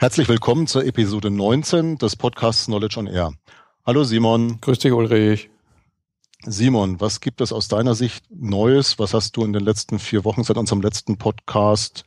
Herzlich willkommen zur Episode 19 des Podcasts Knowledge on Air. Hallo Simon. Grüß dich, Ulrich. Simon, was gibt es aus deiner Sicht Neues? Was hast du in den letzten 4 Wochen seit unserem letzten Podcast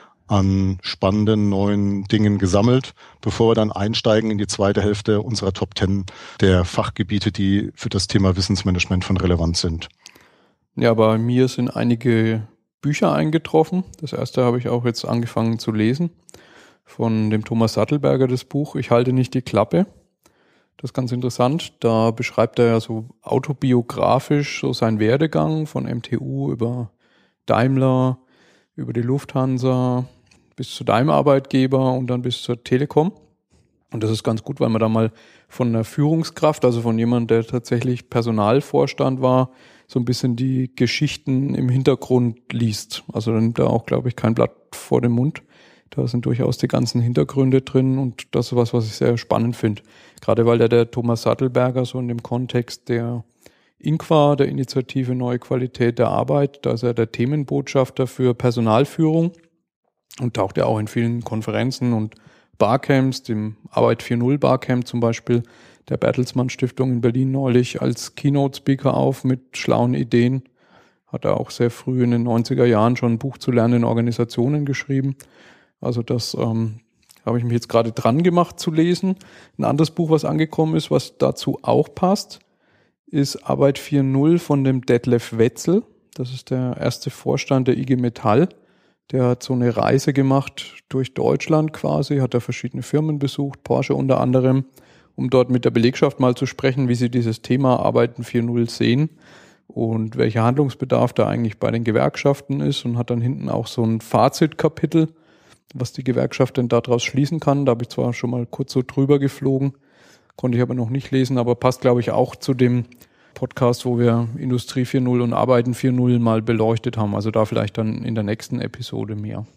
an spannenden neuen Dingen gesammelt, bevor wir dann einsteigen in die zweite Hälfte unserer Top 10 der Fachgebiete, die für das Thema Wissensmanagement von Relevanz sind? Ja, bei mir sind einige Bücher eingetroffen. Das erste habe ich auch jetzt angefangen zu lesen. Von dem Thomas Sattelberger, das Buch Ich halte nicht die Klappe. Das ist ganz interessant. Da beschreibt er ja so autobiografisch so seinen Werdegang von MTU über Daimler, über die Lufthansa bis zu deinem Arbeitgeber und dann bis zur Telekom. Und das ist ganz gut, weil man da mal von einer Führungskraft, also von jemandem, der tatsächlich Personalvorstand war, so ein bisschen die Geschichten im Hintergrund liest. Also da nimmt er auch, glaube ich, kein Blatt vor den Mund. Da sind durchaus die ganzen Hintergründe drin und das ist was ich sehr spannend finde. Gerade weil der Thomas Sattelberger so in dem Kontext der INQA, der Initiative Neue Qualität der Arbeit, da ist er der Themenbotschafter für Personalführung und taucht ja auch in vielen Konferenzen und Barcamps, dem Arbeit 4.0 Barcamp zum Beispiel, der Bertelsmann Stiftung in Berlin neulich als Keynote-Speaker auf mit schlauen Ideen. Hat er auch sehr früh in den 90er Jahren schon ein Buch zu lernenden Organisationen geschrieben. Also das habe ich mich jetzt gerade dran gemacht zu lesen. Ein anderes Buch, was angekommen ist, was dazu auch passt, ist Arbeit 4.0 von dem Detlef Wetzel. Das ist der erste Vorstand der IG Metall. Der hat so eine Reise gemacht durch Deutschland quasi, hat da verschiedene Firmen besucht, Porsche unter anderem, um dort mit der Belegschaft mal zu sprechen, wie sie dieses Thema Arbeiten 4.0 sehen und welcher Handlungsbedarf da eigentlich bei den Gewerkschaften ist und hat dann hinten auch so ein Fazitkapitel, was die Gewerkschaft denn daraus schließen kann. Da habe ich zwar schon mal kurz so drüber geflogen, konnte ich aber noch nicht lesen, aber passt, glaube ich, auch zu dem Podcast, wo wir Industrie 4.0 und Arbeiten 4.0 mal beleuchtet haben. Also da vielleicht dann in der nächsten Episode mehr.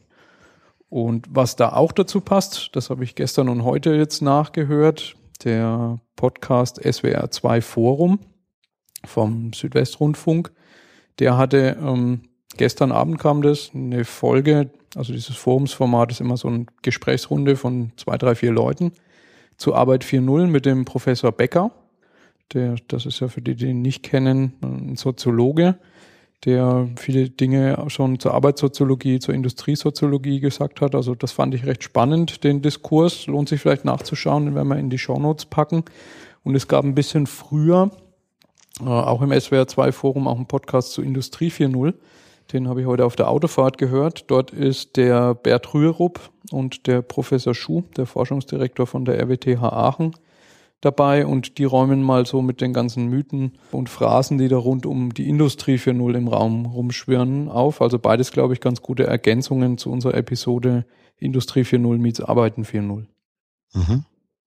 Und was da auch dazu passt, das habe ich gestern und heute jetzt nachgehört, der Podcast SWR 2 Forum vom Südwestrundfunk, der hatte gestern Abend kam das, eine Folge, also dieses Forumsformat ist immer so eine Gesprächsrunde von 2, 3, 4 Leuten zu Arbeit 4.0 mit dem Professor Becker. Das ist ja für die ihn nicht kennen, ein Soziologe, der viele Dinge schon zur Arbeitssoziologie, zur Industriesoziologie gesagt hat. Also das fand ich recht spannend, den Diskurs. Lohnt sich vielleicht nachzuschauen, den werden wir in die Shownotes packen. Und es gab ein bisschen früher, auch im SWR 2 Forum, auch einen Podcast zu Industrie 4.0. Den habe ich heute auf der Autofahrt gehört. Dort ist der Bert Rührup und der Professor Schuh, der Forschungsdirektor von der RWTH Aachen, dabei und die räumen mal so mit den ganzen Mythen und Phrasen, die da rund um die Industrie 4.0 im Raum rumschwirren, auf. Also beides, glaube ich, ganz gute Ergänzungen zu unserer Episode Industrie 4.0 meets Arbeiten 4.0. Mhm.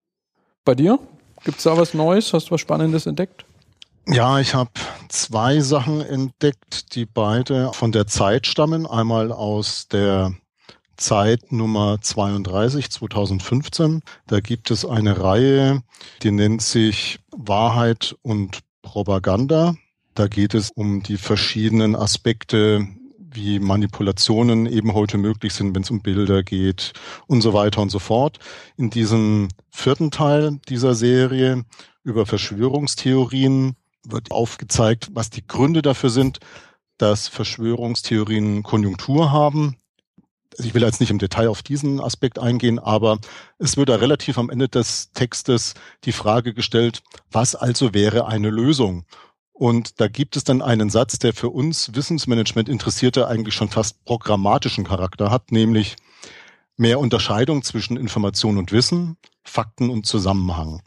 Bei dir? Gibt's da was Neues? Hast du was Spannendes entdeckt? Ja, ich habe 2 Sachen entdeckt, die beide von der Zeit stammen. Einmal aus der Zeit Nummer 32, 2015. Da gibt es eine Reihe, die nennt sich Wahrheit und Propaganda. Da geht es um die verschiedenen Aspekte, wie Manipulationen eben heute möglich sind, wenn es um Bilder geht und so weiter und so fort. In diesem 4. Teil dieser Serie über Verschwörungstheorien wird aufgezeigt, was die Gründe dafür sind, dass Verschwörungstheorien Konjunktur haben. Also ich will jetzt nicht im Detail auf diesen Aspekt eingehen, aber es wird da relativ am Ende des Textes die Frage gestellt, was also wäre eine Lösung? Und da gibt es dann einen Satz, der für uns Wissensmanagement Interessierte eigentlich schon fast programmatischen Charakter hat, nämlich mehr Unterscheidung zwischen Information und Wissen, Fakten und Zusammenhang.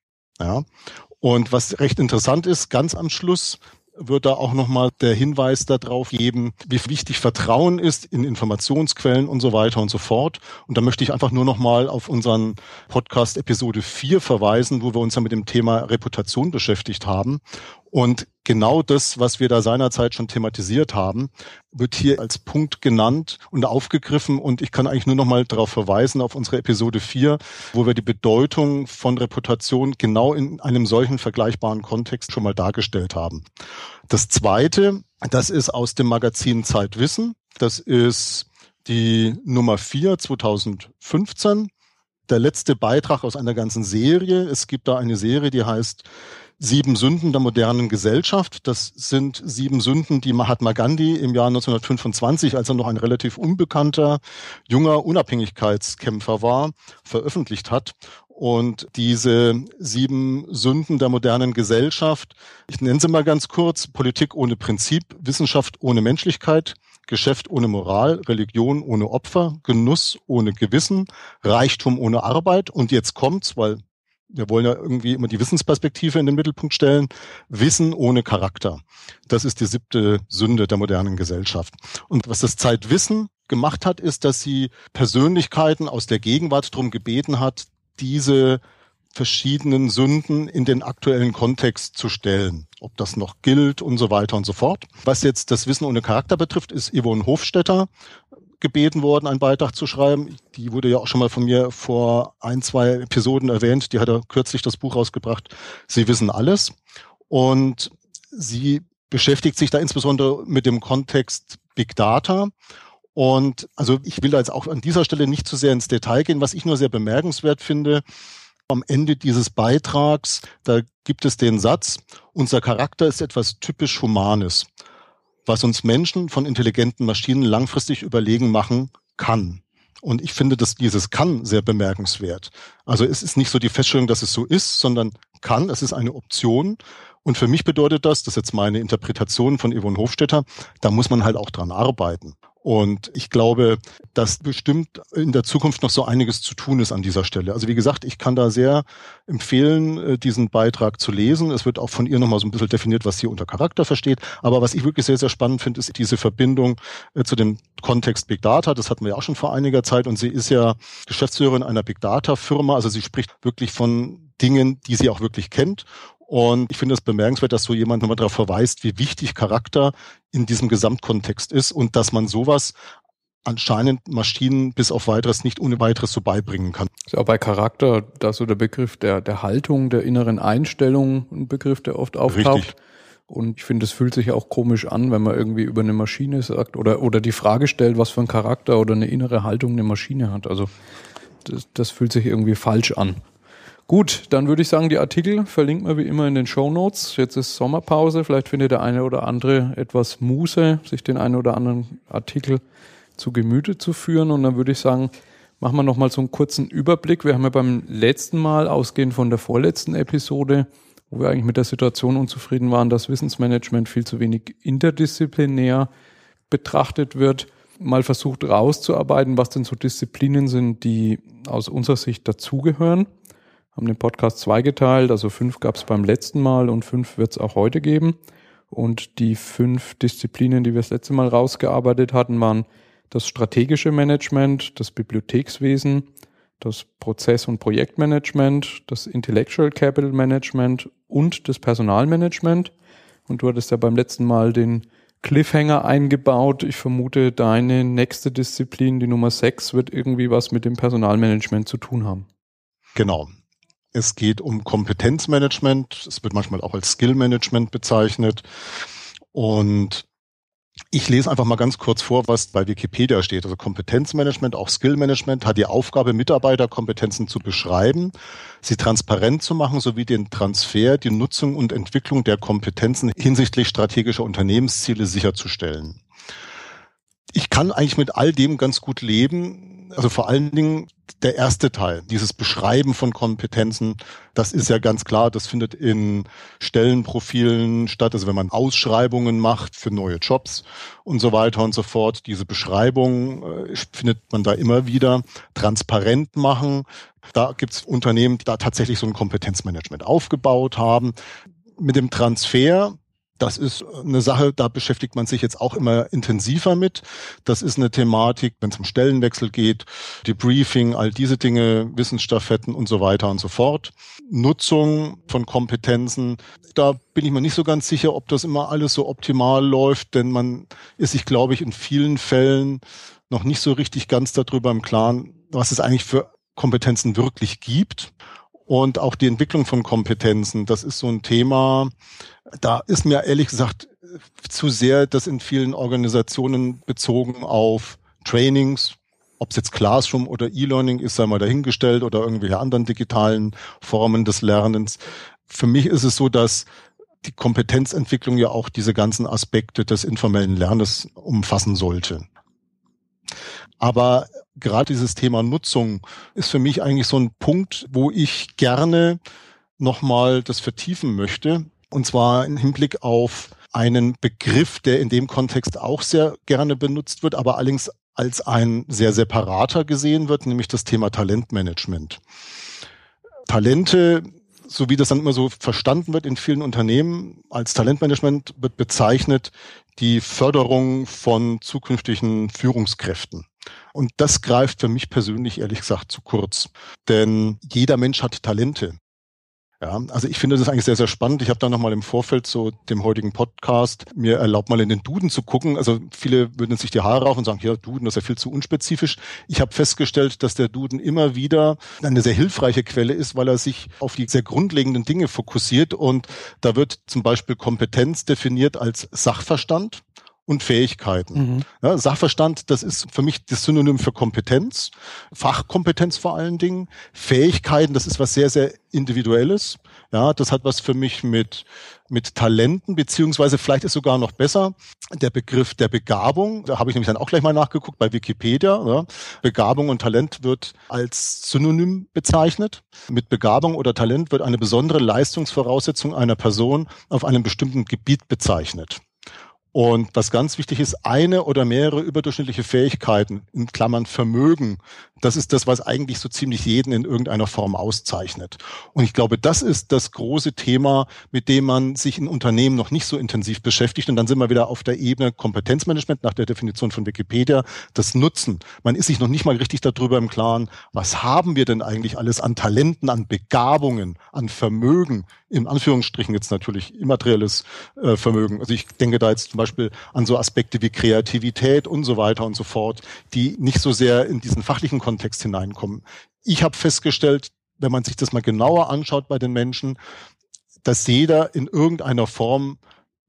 Ja. Und was recht interessant ist, ganz am Schluss wird da auch nochmal der Hinweis darauf geben, wie wichtig Vertrauen ist in Informationsquellen und so weiter und so fort. Und da möchte ich einfach nur nochmal auf unseren Podcast Episode 4 verweisen, wo wir uns ja mit dem Thema Reputation beschäftigt haben. Und genau das, was wir da seinerzeit schon thematisiert haben, wird hier als Punkt genannt und aufgegriffen. Und ich kann eigentlich nur noch mal darauf verweisen, auf unsere Episode 4, wo wir die Bedeutung von Reputation genau in einem solchen vergleichbaren Kontext schon mal dargestellt haben. Das Zweite, das ist aus dem Magazin Zeitwissen. Das ist die Nummer 4 2015. der letzte Beitrag aus einer ganzen Serie. Es gibt da eine Serie, die heißt 7 Sünden der modernen Gesellschaft. Das sind 7 Sünden, die Mahatma Gandhi im Jahr 1925, als er noch ein relativ unbekannter, junger Unabhängigkeitskämpfer war, veröffentlicht hat. Und diese 7 Sünden der modernen Gesellschaft, ich nenne sie mal ganz kurz: Politik ohne Prinzip, Wissenschaft ohne Menschlichkeit, Geschäft ohne Moral, Religion ohne Opfer, Genuss ohne Gewissen, Reichtum ohne Arbeit. Und jetzt kommt's, weil wir wollen ja irgendwie immer die Wissensperspektive in den Mittelpunkt stellen: Wissen ohne Charakter. Das ist die 7. Sünde der modernen Gesellschaft. Und was das Zeitwissen gemacht hat, ist, dass sie Persönlichkeiten aus der Gegenwart darum gebeten hat, diese verschiedenen Sünden in den aktuellen Kontext zu stellen. Ob das noch gilt und so weiter und so fort. Was jetzt das Wissen ohne Charakter betrifft, ist Yvonne Hofstetter gebeten worden, einen Beitrag zu schreiben. Die wurde ja auch schon mal von mir vor 1, 2 Episoden erwähnt. Die hat ja kürzlich das Buch rausgebracht, Sie wissen alles. Und sie beschäftigt sich da insbesondere mit dem Kontext Big Data. Und also ich will da jetzt auch an dieser Stelle nicht zu sehr ins Detail gehen. Was ich nur sehr bemerkenswert finde: Am Ende dieses Beitrags, da gibt es den Satz: Unser Charakter ist etwas typisch Humanes, was uns Menschen von intelligenten Maschinen langfristig überlegen machen kann. Und ich finde, dass dieses kann sehr bemerkenswert. Also es ist nicht so die Feststellung, dass es so ist, sondern kann, es ist eine Option. Und für mich bedeutet das ist jetzt meine Interpretation von Yvonne Hofstetter, da muss man halt auch dran arbeiten. Und ich glaube, dass bestimmt in der Zukunft noch so einiges zu tun ist an dieser Stelle. Also wie gesagt, ich kann da sehr empfehlen, diesen Beitrag zu lesen. Es wird auch von ihr nochmal so ein bisschen definiert, was sie unter Charakter versteht. Aber was ich wirklich sehr, sehr spannend finde, ist diese Verbindung zu dem Kontext Big Data. Das hatten wir ja auch schon vor einiger Zeit. Und sie ist ja Geschäftsführerin einer Big Data Firma. Also sie spricht wirklich von Dingen, die sie auch wirklich kennt. Und ich finde es bemerkenswert, dass so jemand nochmal darauf verweist, wie wichtig Charakter in diesem Gesamtkontext ist und dass man sowas anscheinend Maschinen bis auf Weiteres nicht ohne Weiteres so beibringen kann. Ist auch bei Charakter, da so der Begriff der Haltung, der inneren Einstellung, ein Begriff, der oft auftaucht. Richtig. Und ich finde, es fühlt sich auch komisch an, wenn man irgendwie über eine Maschine sagt oder die Frage stellt, was für ein Charakter oder eine innere Haltung eine Maschine hat. Also das fühlt sich irgendwie falsch an. Gut, dann würde ich sagen, die Artikel verlinken wir wie immer in den Shownotes. Jetzt ist Sommerpause, vielleicht findet der eine oder andere etwas Muße, sich den einen oder anderen Artikel zu Gemüte zu führen. Und dann würde ich sagen, machen wir nochmal so einen kurzen Überblick. Wir haben ja beim letzten Mal, ausgehend von der vorletzten Episode, wo wir eigentlich mit der Situation unzufrieden waren, dass Wissensmanagement viel zu wenig interdisziplinär betrachtet wird, mal versucht rauszuarbeiten, was denn so Disziplinen sind, die aus unserer Sicht dazugehören. Haben den Podcast 2 geteilt, also 5 gab es beim letzten Mal und 5 wird es auch heute geben. Und die 5 Disziplinen, die wir das letzte Mal rausgearbeitet hatten, waren das strategische Management, das Bibliothekswesen, das Prozess- und Projektmanagement, das Intellectual Capital Management und das Personalmanagement. Und du hattest ja beim letzten Mal den Cliffhanger eingebaut. Ich vermute, deine nächste Disziplin, die Nummer 6, wird irgendwie was mit dem Personalmanagement zu tun haben. Genau. Es geht um Kompetenzmanagement. Es wird manchmal auch als Skillmanagement bezeichnet. Und ich lese einfach mal ganz kurz vor, was bei Wikipedia steht. Also Kompetenzmanagement, auch Skillmanagement, hat die Aufgabe, Mitarbeiterkompetenzen zu beschreiben, sie transparent zu machen, sowie den Transfer, die Nutzung und Entwicklung der Kompetenzen hinsichtlich strategischer Unternehmensziele sicherzustellen. Ich kann eigentlich mit all dem ganz gut leben. Also vor allen Dingen der erste Teil, dieses Beschreiben von Kompetenzen, das ist ja ganz klar, das findet in Stellenprofilen statt, also wenn man Ausschreibungen macht für neue Jobs und so weiter und so fort. Diese Beschreibung findet man da immer wieder. Transparent machen, da gibt es Unternehmen, die da tatsächlich so ein Kompetenzmanagement aufgebaut haben. Mit dem Transfer, das ist eine Sache, da beschäftigt man sich jetzt auch immer intensiver mit. Das ist eine Thematik, wenn es um Stellenwechsel geht, Debriefing, all diese Dinge, Wissensstaffetten und so weiter und so fort. Nutzung von Kompetenzen, da bin ich mir nicht so ganz sicher, ob das immer alles so optimal läuft, denn man ist sich, glaube ich, in vielen Fällen noch nicht so richtig ganz darüber im Klaren, was es eigentlich für Kompetenzen wirklich gibt. Und auch die Entwicklung von Kompetenzen, das ist so ein Thema, da ist mir ehrlich gesagt zu sehr das in vielen Organisationen bezogen auf Trainings, Ob es jetzt Classroom oder E-Learning ist, sei mal dahingestellt, oder irgendwelche anderen digitalen Formen des Lernens. Für mich ist es so, dass die Kompetenzentwicklung ja auch diese ganzen Aspekte des informellen Lernens umfassen sollte. Aber gerade dieses Thema Nutzung ist für mich eigentlich so ein Punkt, wo ich gerne nochmal das vertiefen möchte. Und zwar im Hinblick auf einen Begriff, der in dem Kontext auch sehr gerne benutzt wird, aber allerdings als ein sehr separater gesehen wird, nämlich das Thema Talentmanagement. Talente, so wie das dann immer so verstanden wird in vielen Unternehmen, als Talentmanagement wird bezeichnet die Förderung von zukünftigen Führungskräften. Und das greift für mich persönlich ehrlich gesagt zu kurz. Denn jeder Mensch hat Talente. Ja, also ich finde das eigentlich sehr, sehr spannend. Ich habe da nochmal im Vorfeld zu dem heutigen Podcast mir erlaubt, mal in den Duden zu gucken. Also viele würden sich die Haare raufen und sagen, ja, Duden, das ist ja viel zu unspezifisch. Ich habe festgestellt, dass der Duden immer wieder eine sehr hilfreiche Quelle ist, weil er sich auf die sehr grundlegenden Dinge fokussiert. Und da wird zum Beispiel Kompetenz definiert als Sachverstand und Fähigkeiten. Ja, Sachverstand, das ist für mich das Synonym für Kompetenz, Fachkompetenz vor allen Dingen. Fähigkeiten, das ist was sehr, sehr Individuelles. Ja, das hat was für mich mit Talenten, beziehungsweise vielleicht ist sogar noch besser der Begriff der Begabung. Da habe ich nämlich dann auch gleich mal nachgeguckt bei Wikipedia. Ja. Begabung und Talent wird als Synonym bezeichnet. Mit Begabung oder Talent wird eine besondere Leistungsvoraussetzung einer Person auf einem bestimmten Gebiet bezeichnet. Und was ganz wichtig ist, eine oder mehrere überdurchschnittliche Fähigkeiten, in Klammern Vermögen, das ist das, was eigentlich so ziemlich jeden in irgendeiner Form auszeichnet. Und ich glaube, das ist das große Thema, mit dem man sich in Unternehmen noch nicht so intensiv beschäftigt. Und dann sind wir wieder auf der Ebene Kompetenzmanagement nach der Definition von Wikipedia, das Nutzen. Man ist sich noch nicht mal richtig darüber im Klaren, was haben wir denn eigentlich alles an Talenten, an Begabungen, an Vermögen, in Anführungsstrichen jetzt natürlich immaterielles Vermögen. Also ich denke da jetzt zum Beispiel an so Aspekte wie Kreativität und so weiter und so fort, die nicht so sehr in diesen fachlichen Kontext hineinkommen. Ich habe festgestellt, wenn man sich das mal genauer anschaut bei den Menschen, dass jeder in irgendeiner Form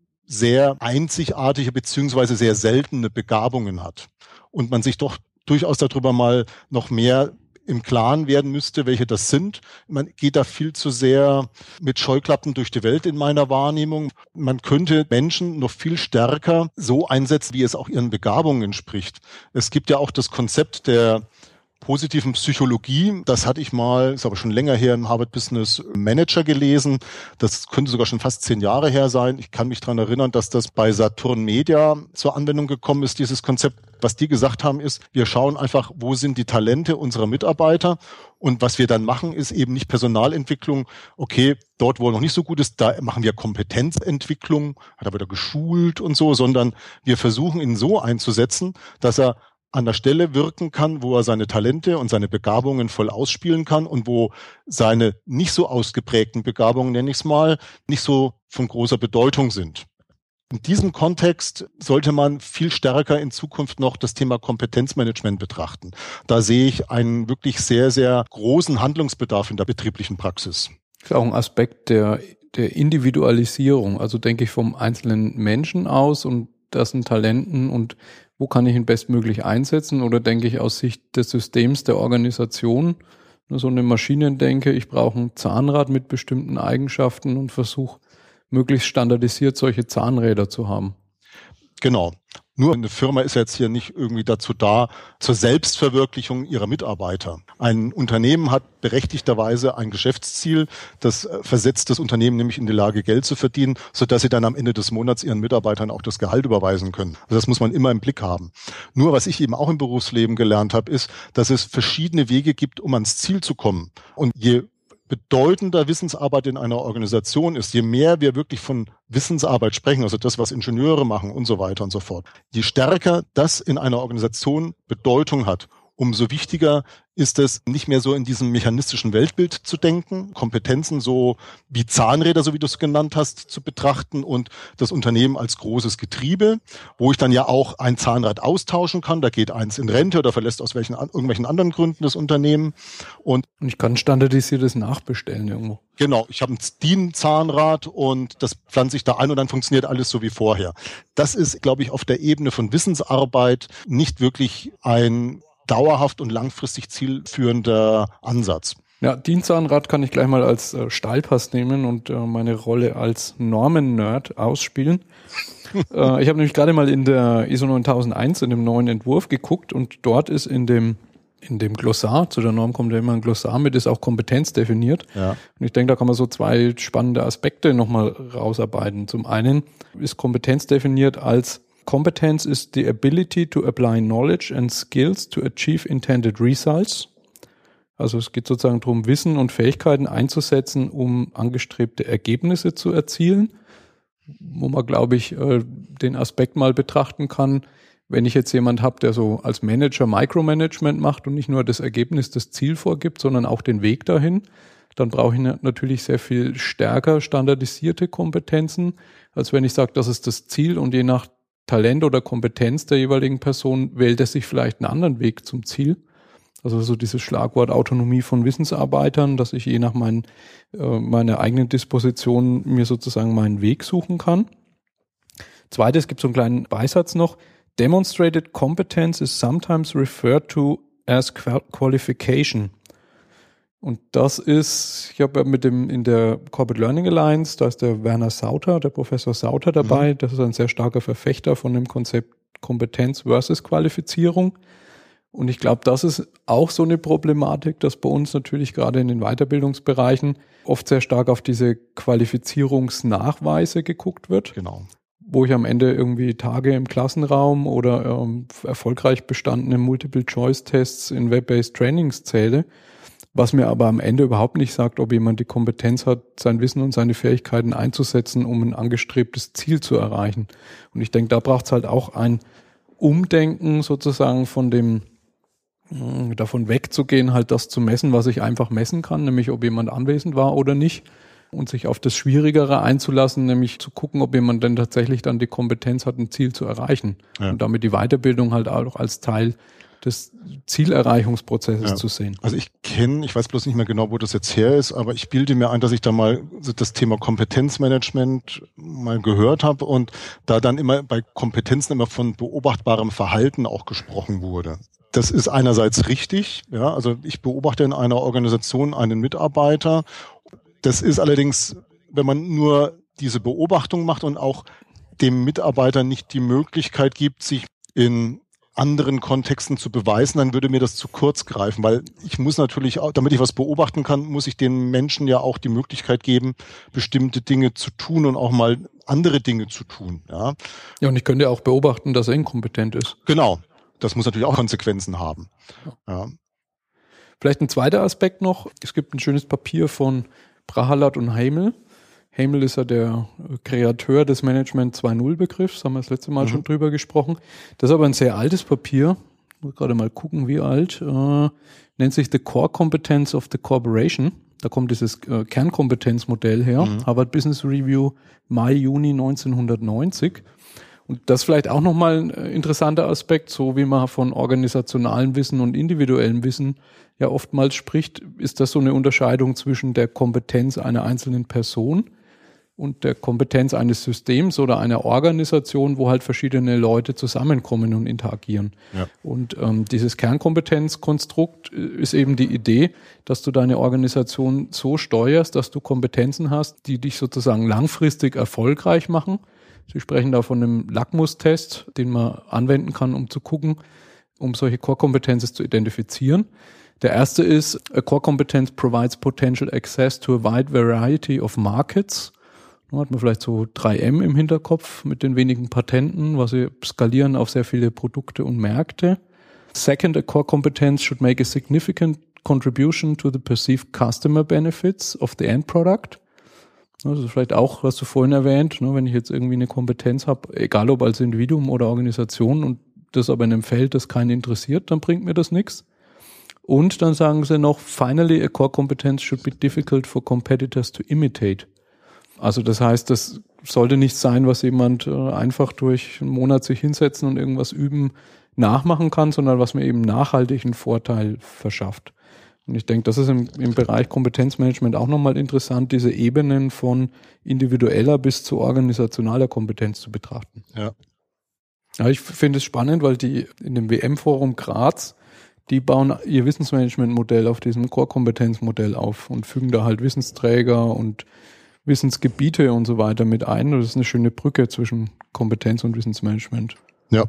sehr einzigartige beziehungsweise sehr seltene Begabungen hat. Und man sich doch durchaus darüber mal noch mehr im Klaren werden müsste, welche das sind. Man geht da viel zu sehr mit Scheuklappen durch die Welt in meiner Wahrnehmung. Man könnte Menschen noch viel stärker so einsetzen, wie es auch ihren Begabungen entspricht. Es gibt ja auch das Konzept der positiven Psychologie, das hatte ich mal, ist aber schon länger her, im Harvard Business Manager gelesen. Das könnte sogar schon fast 10 Jahre her sein. Ich kann mich daran erinnern, dass das bei Saturn Media zur Anwendung gekommen ist, dieses Konzept. Was die gesagt haben, ist, wir schauen einfach, wo sind die Talente unserer Mitarbeiter. Und was wir dann machen, ist eben nicht Personalentwicklung. Okay, dort, wo er noch nicht so gut ist, da machen wir Kompetenzentwicklung, hat er wieder geschult und so, sondern wir versuchen ihn so einzusetzen, dass er an der Stelle wirken kann, wo er seine Talente und seine Begabungen voll ausspielen kann und wo seine nicht so ausgeprägten Begabungen, nenne ich es mal, nicht so von großer Bedeutung sind. In diesem Kontext sollte man viel stärker in Zukunft noch das Thema Kompetenzmanagement betrachten. Da sehe ich einen wirklich sehr, sehr großen Handlungsbedarf in der betrieblichen Praxis. Das ist auch ein Aspekt der Individualisierung, also denke ich vom einzelnen Menschen aus und dessen Talenten und wo kann ich ihn bestmöglich einsetzen, oder denke ich aus Sicht des Systems der Organisation, nur so eine Maschinendenke, ich brauche ein Zahnrad mit bestimmten Eigenschaften und versuche möglichst standardisiert solche Zahnräder zu haben. Genau. Nur eine Firma ist jetzt hier nicht irgendwie dazu da, zur Selbstverwirklichung ihrer Mitarbeiter. Ein Unternehmen hat berechtigterweise ein Geschäftsziel, das versetzt das Unternehmen nämlich in die Lage, Geld zu verdienen, sodass sie dann am Ende des Monats ihren Mitarbeitern auch das Gehalt überweisen können. Also das muss man immer im Blick haben. Nur was ich eben auch im Berufsleben gelernt habe, ist, dass es verschiedene Wege gibt, um ans Ziel zu kommen. Und je bedeutender Wissensarbeit in einer Organisation ist, je mehr wir wirklich von Wissensarbeit sprechen, also das, was Ingenieure machen und so weiter und so fort, je stärker das in einer Organisation Bedeutung hat, umso wichtiger ist es, nicht mehr so in diesem mechanistischen Weltbild zu denken, Kompetenzen so wie Zahnräder, so wie du es genannt hast, zu betrachten und das Unternehmen als großes Getriebe, wo ich dann ja auch ein Zahnrad austauschen kann. Da geht eins in Rente oder verlässt aus irgendwelchen anderen Gründen das Unternehmen. Und ich kann standardisiertes nachbestellen irgendwo. Genau, ich habe ein DIN-Zahnrad und das pflanze ich da ein und dann funktioniert alles so wie vorher. Das ist, glaube ich, auf der Ebene von Wissensarbeit nicht wirklich ein dauerhaft und langfristig zielführender Ansatz. Ja, DIN-Zahnrad kann ich gleich mal als Steilpass nehmen und meine Rolle als Normen-Nerd ausspielen. Ich habe nämlich gerade mal in der ISO 9001 in dem neuen Entwurf geguckt und dort ist in dem Glossar, zu der Norm kommt ja immer ein Glossar mit, ist auch Kompetenz definiert. Ja. Und ich denke, da kann man so zwei spannende Aspekte nochmal rausarbeiten. Zum einen ist Kompetenz definiert als Competence is the ability to apply knowledge and skills to achieve intended results. Also es geht sozusagen darum, Wissen und Fähigkeiten einzusetzen, um angestrebte Ergebnisse zu erzielen. Wo man, glaube ich, den Aspekt mal betrachten kann, wenn ich jetzt jemand habe, der so als Manager Micromanagement macht und nicht nur das Ergebnis, das Ziel vorgibt, sondern auch den Weg dahin, dann brauche ich natürlich sehr viel stärker standardisierte Kompetenzen, als wenn ich sage, das ist das Ziel und je nach Talent oder Kompetenz der jeweiligen Person wählt er sich vielleicht einen anderen Weg zum Ziel. Also so dieses Schlagwort Autonomie von Wissensarbeitern, dass ich je nach meiner eigenen Disposition mir sozusagen meinen Weg suchen kann. Zweites, gibt so einen kleinen Beisatz noch. Demonstrated competence is sometimes referred to as qualification. Und das ist, ich habe ja in der Corporate Learning Alliance, da ist der Werner Sauter, der Professor Sauter dabei. Das ist ein sehr starker Verfechter von dem Konzept Kompetenz versus Qualifizierung. Und ich glaube, das ist auch so eine Problematik, dass bei uns natürlich gerade in den Weiterbildungsbereichen oft sehr stark auf diese Qualifizierungsnachweise geguckt wird. Genau. Wo ich am Ende irgendwie Tage im Klassenraum oder erfolgreich bestandene Multiple-Choice-Tests in Web-Based Trainings zähle, was mir aber am Ende überhaupt nicht sagt, ob jemand die Kompetenz hat, sein Wissen und seine Fähigkeiten einzusetzen, um ein angestrebtes Ziel zu erreichen. Und ich denke, da braucht es halt auch ein Umdenken sozusagen davon wegzugehen, halt das zu messen, was ich einfach messen kann, nämlich ob jemand anwesend war oder nicht, und sich auf das Schwierigere einzulassen, nämlich zu gucken, ob jemand denn tatsächlich dann die Kompetenz hat, ein Ziel zu erreichen. Ja. Und damit die Weiterbildung halt auch als Teil des Zielerreichungsprozesses zu sehen. Also ich weiß bloß nicht mehr genau, wo das jetzt her ist, aber ich bilde mir ein, dass ich da mal das Thema Kompetenzmanagement mal gehört habe und da dann immer bei Kompetenzen immer von beobachtbarem Verhalten auch gesprochen wurde. Das ist einerseits richtig, ja, also ich beobachte in einer Organisation einen Mitarbeiter. Das ist allerdings, wenn man nur diese Beobachtung macht und auch dem Mitarbeiter nicht die Möglichkeit gibt, sich in anderen Kontexten zu beweisen, dann würde mir das zu kurz greifen, weil ich muss natürlich, damit ich was beobachten kann, muss ich den Menschen ja auch die Möglichkeit geben, bestimmte Dinge zu tun und auch mal andere Dinge zu tun. Ja, und ich könnte auch beobachten, dass er inkompetent ist. Genau, das muss natürlich auch Konsequenzen haben. Ja. Vielleicht ein zweiter Aspekt noch, es gibt ein schönes Papier von Prahalat und Heimel. Heimel ist ja der Kreateur des Management 2.0 Begriffs, haben wir das letzte Mal schon drüber gesprochen. Das ist aber ein sehr altes Papier, ich muss gerade mal gucken, wie alt, nennt sich The Core Competence of the Corporation. Da kommt dieses Kernkompetenzmodell her, Harvard Business Review, Mai, Juni 1990. Und das vielleicht auch nochmal ein interessanter Aspekt, so wie man von organisationalem Wissen und individuellem Wissen ja oftmals spricht, ist das so eine Unterscheidung zwischen der Kompetenz einer einzelnen Person und der Kompetenz eines Systems oder einer Organisation, wo halt verschiedene Leute zusammenkommen und interagieren. Ja. Und dieses Kernkompetenzkonstrukt ist eben die Idee, dass du deine Organisation so steuerst, dass du Kompetenzen hast, die dich sozusagen langfristig erfolgreich machen. Sie sprechen da von einem Lackmustest, den man anwenden kann, um zu gucken, um solche Core-Kompetenzen zu identifizieren. Der erste ist, a Core Competence provides potential access to a wide variety of markets. Da hat man vielleicht so 3M im Hinterkopf mit den wenigen Patenten, was sie skalieren auf sehr viele Produkte und Märkte. Second, a Core Competence should make a significant contribution to the perceived customer benefits of the end product. Also vielleicht auch, was du vorhin erwähnt, wenn ich jetzt irgendwie eine Kompetenz habe, egal ob als Individuum oder Organisation und das aber in einem Feld, das keinen interessiert, dann bringt mir das nichts. Und dann sagen sie noch, finally, a core competence should be difficult for competitors to imitate. Also das heißt, das sollte nicht sein, was jemand einfach durch einen Monat sich hinsetzen und irgendwas üben nachmachen kann, sondern was mir eben nachhaltig einen Vorteil verschafft. Und ich denke, das ist im Bereich Kompetenzmanagement auch nochmal interessant, diese Ebenen von individueller bis zu organisationaler Kompetenz zu betrachten. Ja. Ja, ich finde es spannend, weil in dem WM-Forum Graz Die bauen ihr Wissensmanagement-Modell auf diesem Core-Kompetenzmodell auf und fügen da halt Wissensträger und Wissensgebiete und so weiter mit ein. Das ist eine schöne Brücke zwischen Kompetenz und Wissensmanagement. Ja.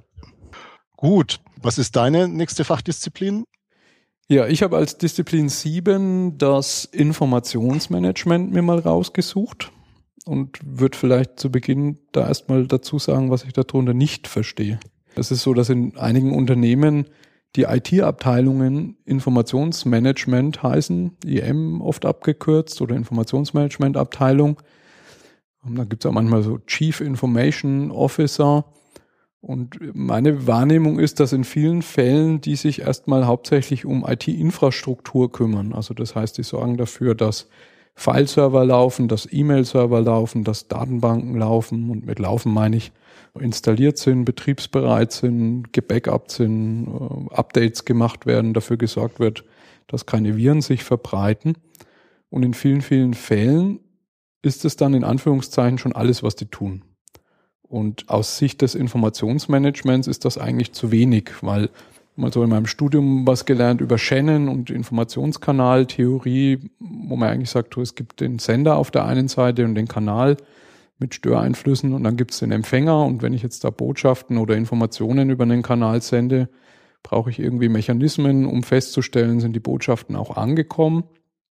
Gut. Was ist deine nächste Fachdisziplin? Ja, ich habe als Disziplin 7 das Informationsmanagement mir mal rausgesucht und würde vielleicht zu Beginn da erstmal dazu sagen, was ich darunter nicht verstehe. Es ist so, dass in einigen Unternehmen die IT-Abteilungen Informationsmanagement heißen, IM oft abgekürzt oder Informationsmanagement-Abteilung. Und dann gibt es auch manchmal so Chief Information Officer. Und meine Wahrnehmung ist, dass in vielen Fällen die sich erstmal hauptsächlich um IT-Infrastruktur kümmern. Also das heißt, die sorgen dafür, dass File-Server laufen, dass E-Mail-Server laufen, dass Datenbanken laufen. Und mit laufen meine ich, installiert sind, betriebsbereit sind, gebackupt sind, Updates gemacht werden, dafür gesorgt wird, dass keine Viren sich verbreiten. Und in vielen, vielen Fällen ist es dann in Anführungszeichen schon alles, was die tun. Und aus Sicht des Informationsmanagements ist das eigentlich zu wenig, weil mal so in meinem Studium was gelernt über Shannon und Informationskanaltheorie, wo man eigentlich sagt, es gibt den Sender auf der einen Seite und den Kanal mit Störeinflüssen und dann gibt es den Empfänger und wenn ich jetzt da Botschaften oder Informationen über einen Kanal sende, brauche ich irgendwie Mechanismen, um festzustellen, sind die Botschaften auch angekommen.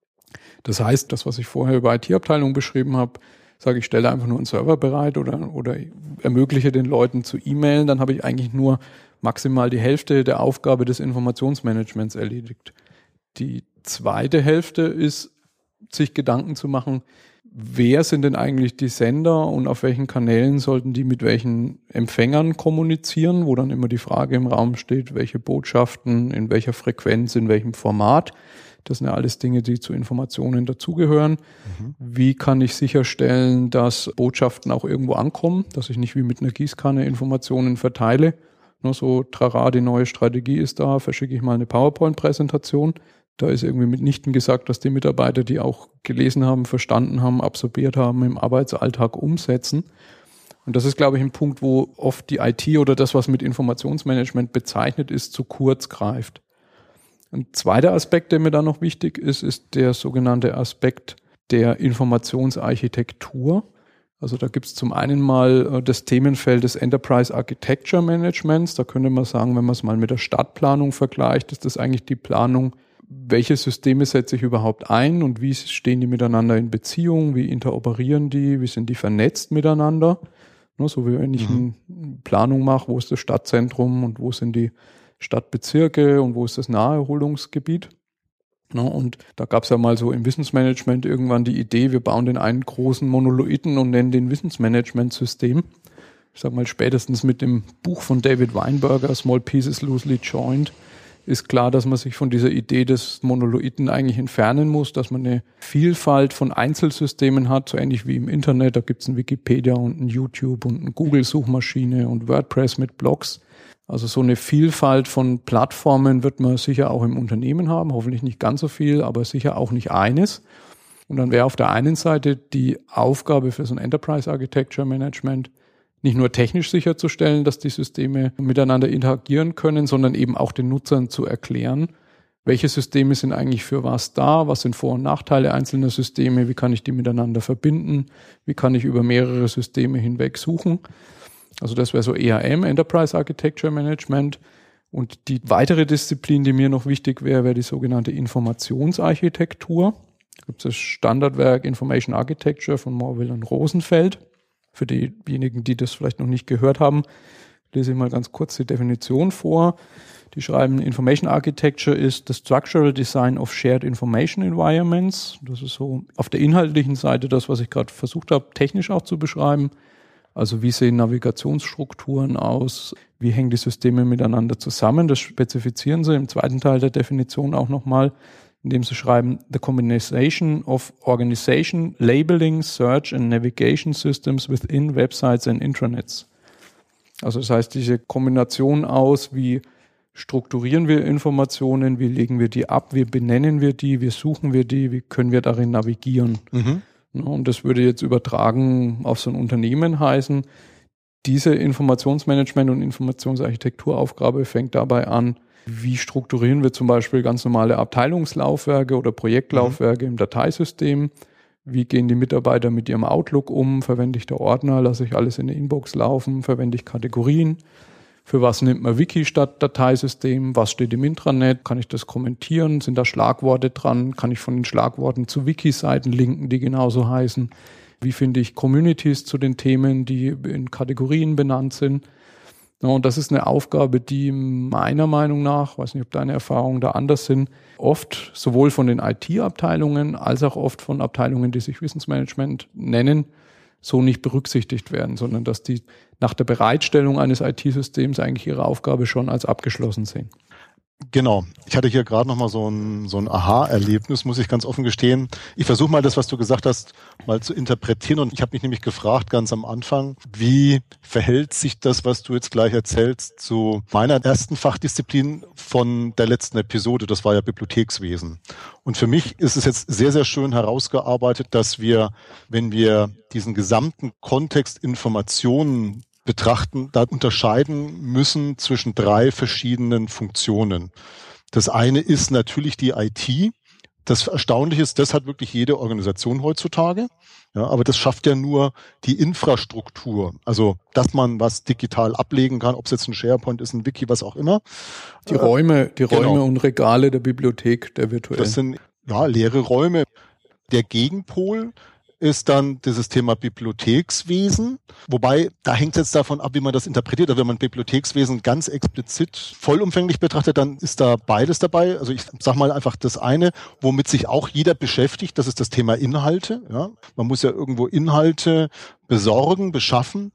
Das heißt, das, was ich vorher über IT-Abteilung beschrieben habe, sage ich, stelle einfach nur einen Server bereit oder ermögliche den Leuten zu e-mailen, dann habe ich eigentlich nur maximal die Hälfte der Aufgabe des Informationsmanagements erledigt. Die zweite Hälfte ist, sich Gedanken zu machen, wer sind denn eigentlich die Sender und auf welchen Kanälen sollten die mit welchen Empfängern kommunizieren, wo dann immer die Frage im Raum steht, welche Botschaften, in welcher Frequenz, in welchem Format. Das sind ja alles Dinge, die zu Informationen dazugehören. Wie kann ich sicherstellen, dass Botschaften auch irgendwo ankommen, dass ich nicht wie mit einer Gießkanne Informationen verteile. Nur so, trara, die neue Strategie ist da, verschicke ich mal eine PowerPoint-Präsentation. Da ist irgendwie mitnichten gesagt, dass die Mitarbeiter, die auch gelesen haben, verstanden haben, absorbiert haben, im Arbeitsalltag umsetzen. Und das ist, glaube ich, ein Punkt, wo oft die IT oder das, was mit Informationsmanagement bezeichnet ist, zu kurz greift. Ein zweiter Aspekt, der mir da noch wichtig ist, ist der sogenannte Aspekt der Informationsarchitektur. Also da gibt es zum einen mal das Themenfeld des Enterprise Architecture Managements. Da könnte man sagen, wenn man es mal mit der Stadtplanung vergleicht, ist das eigentlich die Planung, welche Systeme setze ich überhaupt ein und wie stehen die miteinander in Beziehung, wie interoperieren die, wie sind die vernetzt miteinander. So wie wenn ich eine Planung mache, wo ist das Stadtzentrum und wo sind die Stadtbezirke und wo ist das Naherholungsgebiet. Und da gab es ja mal so im Wissensmanagement irgendwann die Idee, wir bauen den einen großen Monolithen und nennen den Wissensmanagementsystem. Ich sag mal, spätestens mit dem Buch von David Weinberger, Small Pieces Loosely Joined, ist klar, dass man sich von dieser Idee des Monolithen eigentlich entfernen muss, dass man eine Vielfalt von Einzelsystemen hat, so ähnlich wie im Internet. Da gibt es ein Wikipedia und ein YouTube und eine Google-Suchmaschine und WordPress mit Blogs. Also so eine Vielfalt von Plattformen wird man sicher auch im Unternehmen haben, hoffentlich nicht ganz so viel, aber sicher auch nicht eines. Und dann wäre auf der einen Seite die Aufgabe für so ein Enterprise Architecture Management, nicht nur technisch sicherzustellen, dass die Systeme miteinander interagieren können, sondern eben auch den Nutzern zu erklären, welche Systeme sind eigentlich für was da, was sind Vor- und Nachteile einzelner Systeme, wie kann ich die miteinander verbinden, wie kann ich über mehrere Systeme hinweg suchen. Also das wäre so EAM, Enterprise Architecture Management. Und die weitere Disziplin, die mir noch wichtig wäre, wäre die sogenannte Informationsarchitektur. Da gibt es das Standardwerk Information Architecture von Morville und Rosenfeld. Für diejenigen, die das vielleicht noch nicht gehört haben, lese ich mal ganz kurz die Definition vor. Die schreiben, Information Architecture is the structural design of shared information environments. Das ist so auf der inhaltlichen Seite das, was ich gerade versucht habe, technisch auch zu beschreiben. Also wie sehen Navigationsstrukturen aus? Wie hängen die Systeme miteinander zusammen? Das spezifizieren sie im zweiten Teil der Definition auch nochmal, indem sie schreiben, the combination of organization, labeling, search and navigation systems within websites and intranets. Also das heißt, diese Kombination aus, wie strukturieren wir Informationen, wie legen wir die ab, wie benennen wir die, wie suchen wir die, wie können wir darin navigieren. Und das würde jetzt übertragen auf so ein Unternehmen heißen, diese Informationsmanagement- und Informationsarchitekturaufgabe fängt dabei an, Wie strukturieren wir zum Beispiel ganz normale Abteilungslaufwerke oder Projektlaufwerke im Dateisystem? Wie gehen die Mitarbeiter mit ihrem Outlook um? Verwende ich da Ordner? Lasse ich alles in der Inbox laufen? Verwende ich Kategorien? Für was nimmt man Wiki statt Dateisystem? Was steht im Intranet? Kann ich das kommentieren? Sind da Schlagworte dran? Kann ich von den Schlagworten zu Wiki-Seiten linken, die genauso heißen? Wie finde ich Communities zu den Themen, die in Kategorien benannt sind? Ja, und das ist eine Aufgabe, die meiner Meinung nach, weiß nicht, ob deine Erfahrungen da anders sind, oft sowohl von den IT-Abteilungen als auch oft von Abteilungen, die sich Wissensmanagement nennen, so nicht berücksichtigt werden, sondern dass die nach der Bereitstellung eines IT-Systems eigentlich ihre Aufgabe schon als abgeschlossen sehen. Genau. Ich hatte hier gerade nochmal so ein Aha-Erlebnis, muss ich ganz offen gestehen. Ich versuche mal das, was du gesagt hast, mal zu interpretieren. Und ich habe mich nämlich gefragt ganz am Anfang, wie verhält sich das, was du jetzt gleich erzählst, zu meiner ersten Fachdisziplin von der letzten Episode. Das war ja Bibliothekswesen. Und für mich ist es jetzt sehr, sehr schön herausgearbeitet, dass wir, wenn wir diesen gesamten Kontext Informationen betrachten, da unterscheiden müssen zwischen 3 verschiedenen Funktionen. Das eine ist natürlich die IT. Das Erstaunliche ist, das hat wirklich jede Organisation heutzutage. Ja, aber das schafft ja nur die Infrastruktur. Also, dass man was digital ablegen kann, ob es jetzt ein SharePoint ist, ein Wiki, was auch immer. Die Räume und Regale der Bibliothek, der virtuellen. Das sind leere Räume. Der Gegenpol ist dann dieses Thema Bibliothekswesen. Wobei, da hängt es jetzt davon ab, wie man das interpretiert. Also wenn man Bibliothekswesen ganz explizit vollumfänglich betrachtet, dann ist da beides dabei. Also ich sage mal einfach das eine, womit sich auch jeder beschäftigt, das ist das Thema Inhalte. Ja? Man muss ja irgendwo Inhalte besorgen, beschaffen.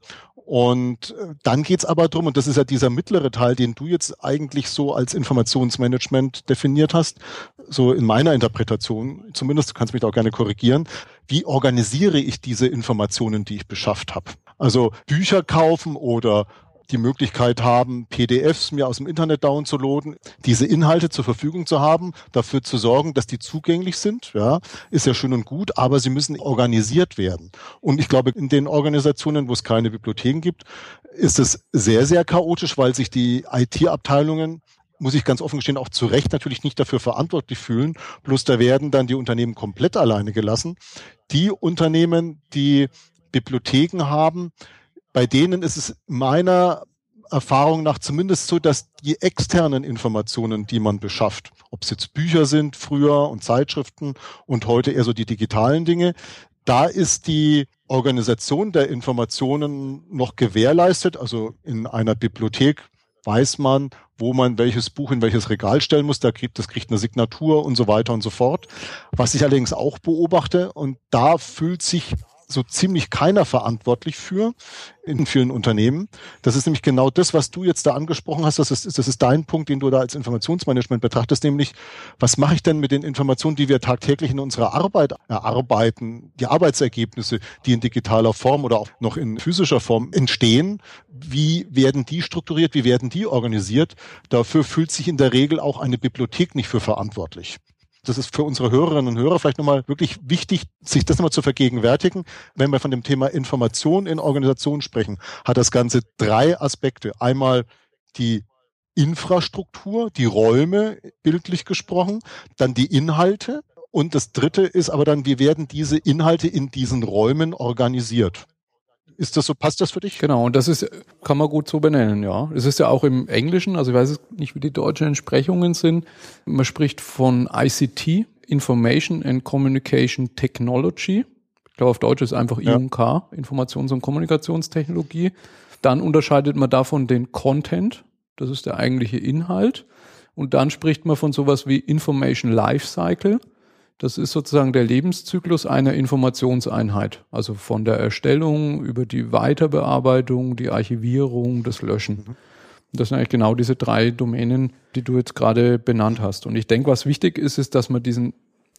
Und dann geht's aber drum, und das ist ja dieser mittlere Teil, den du jetzt eigentlich so als Informationsmanagement definiert hast, so in meiner Interpretation zumindest, du kannst mich da auch gerne korrigieren, wie organisiere ich diese Informationen, die ich beschafft habe? Also Bücher kaufen oder die Möglichkeit haben, PDFs mir aus dem Internet downzuladen, diese Inhalte zur Verfügung zu haben, dafür zu sorgen, dass die zugänglich sind, ja, ist ja schön und gut, aber sie müssen organisiert werden. Und ich glaube, in den Organisationen, wo es keine Bibliotheken gibt, ist es sehr, sehr chaotisch, weil sich die IT-Abteilungen, muss ich ganz offen gestehen, auch zu Recht natürlich nicht dafür verantwortlich fühlen. Bloß da werden dann die Unternehmen komplett alleine gelassen. Die Unternehmen, die Bibliotheken haben, bei denen ist es meiner Erfahrung nach zumindest so, dass die externen Informationen, die man beschafft, ob es jetzt Bücher sind früher und Zeitschriften und heute eher so die digitalen Dinge, da ist die Organisation der Informationen noch gewährleistet. Also in einer Bibliothek weiß man, wo man welches Buch in welches Regal stellen muss. Das kriegt eine Signatur und so weiter und so fort. Was ich allerdings auch beobachte, und da fühlt sich so ziemlich keiner verantwortlich für in vielen Unternehmen. Das ist nämlich genau das, was du jetzt da angesprochen hast. Das ist dein Punkt, den du da als Informationsmanagement betrachtest, nämlich, was mache ich denn mit den Informationen, die wir tagtäglich in unserer Arbeit erarbeiten, die Arbeitsergebnisse, die in digitaler Form oder auch noch in physischer Form entstehen. Wie werden die strukturiert? Wie werden die organisiert? Dafür fühlt sich in der Regel auch eine Bibliothek nicht für verantwortlich. Das ist für unsere Hörerinnen und Hörer vielleicht nochmal wirklich wichtig, sich das nochmal zu vergegenwärtigen. Wenn wir von dem Thema Information in Organisationen sprechen, hat das Ganze 3 Aspekte. Einmal die Infrastruktur, die Räume, bildlich gesprochen, dann die Inhalte und das 3. ist aber dann, wie werden diese Inhalte in diesen Räumen organisiert? Ist das so, passt das für dich? Genau, und das kann man gut so benennen, ja. Es ist ja auch im Englischen, also ich weiß nicht, wie die deutschen Entsprechungen sind. Man spricht von ICT, Information and Communication Technology. Ich glaube, auf Deutsch ist einfach I&K, Informations- und Kommunikationstechnologie. Dann unterscheidet man davon den Content, das ist der eigentliche Inhalt. Und dann spricht man von sowas wie Information Lifecycle. Das ist sozusagen der Lebenszyklus einer Informationseinheit. Also von der Erstellung über die Weiterbearbeitung, die Archivierung, das Löschen. Das sind eigentlich genau diese 3 Domänen, die du jetzt gerade benannt hast. Und ich denke, was wichtig ist, ist, dass man diesen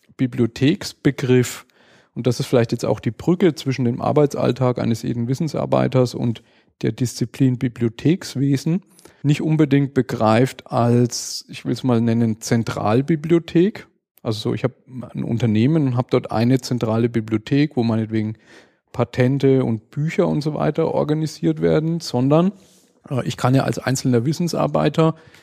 Bibliotheksbegriff, und das ist vielleicht jetzt auch die Brücke zwischen dem Arbeitsalltag eines jeden Wissensarbeiters und der Disziplin Bibliothekswesen, nicht unbedingt begreift als, ich will es mal nennen, Zentralbibliothek. Also so, ich habe ein Unternehmen und habe dort eine zentrale Bibliothek, wo meinetwegen Patente und Bücher und so weiter organisiert werden, sondern ich kann ja als einzelner Wissensarbeiter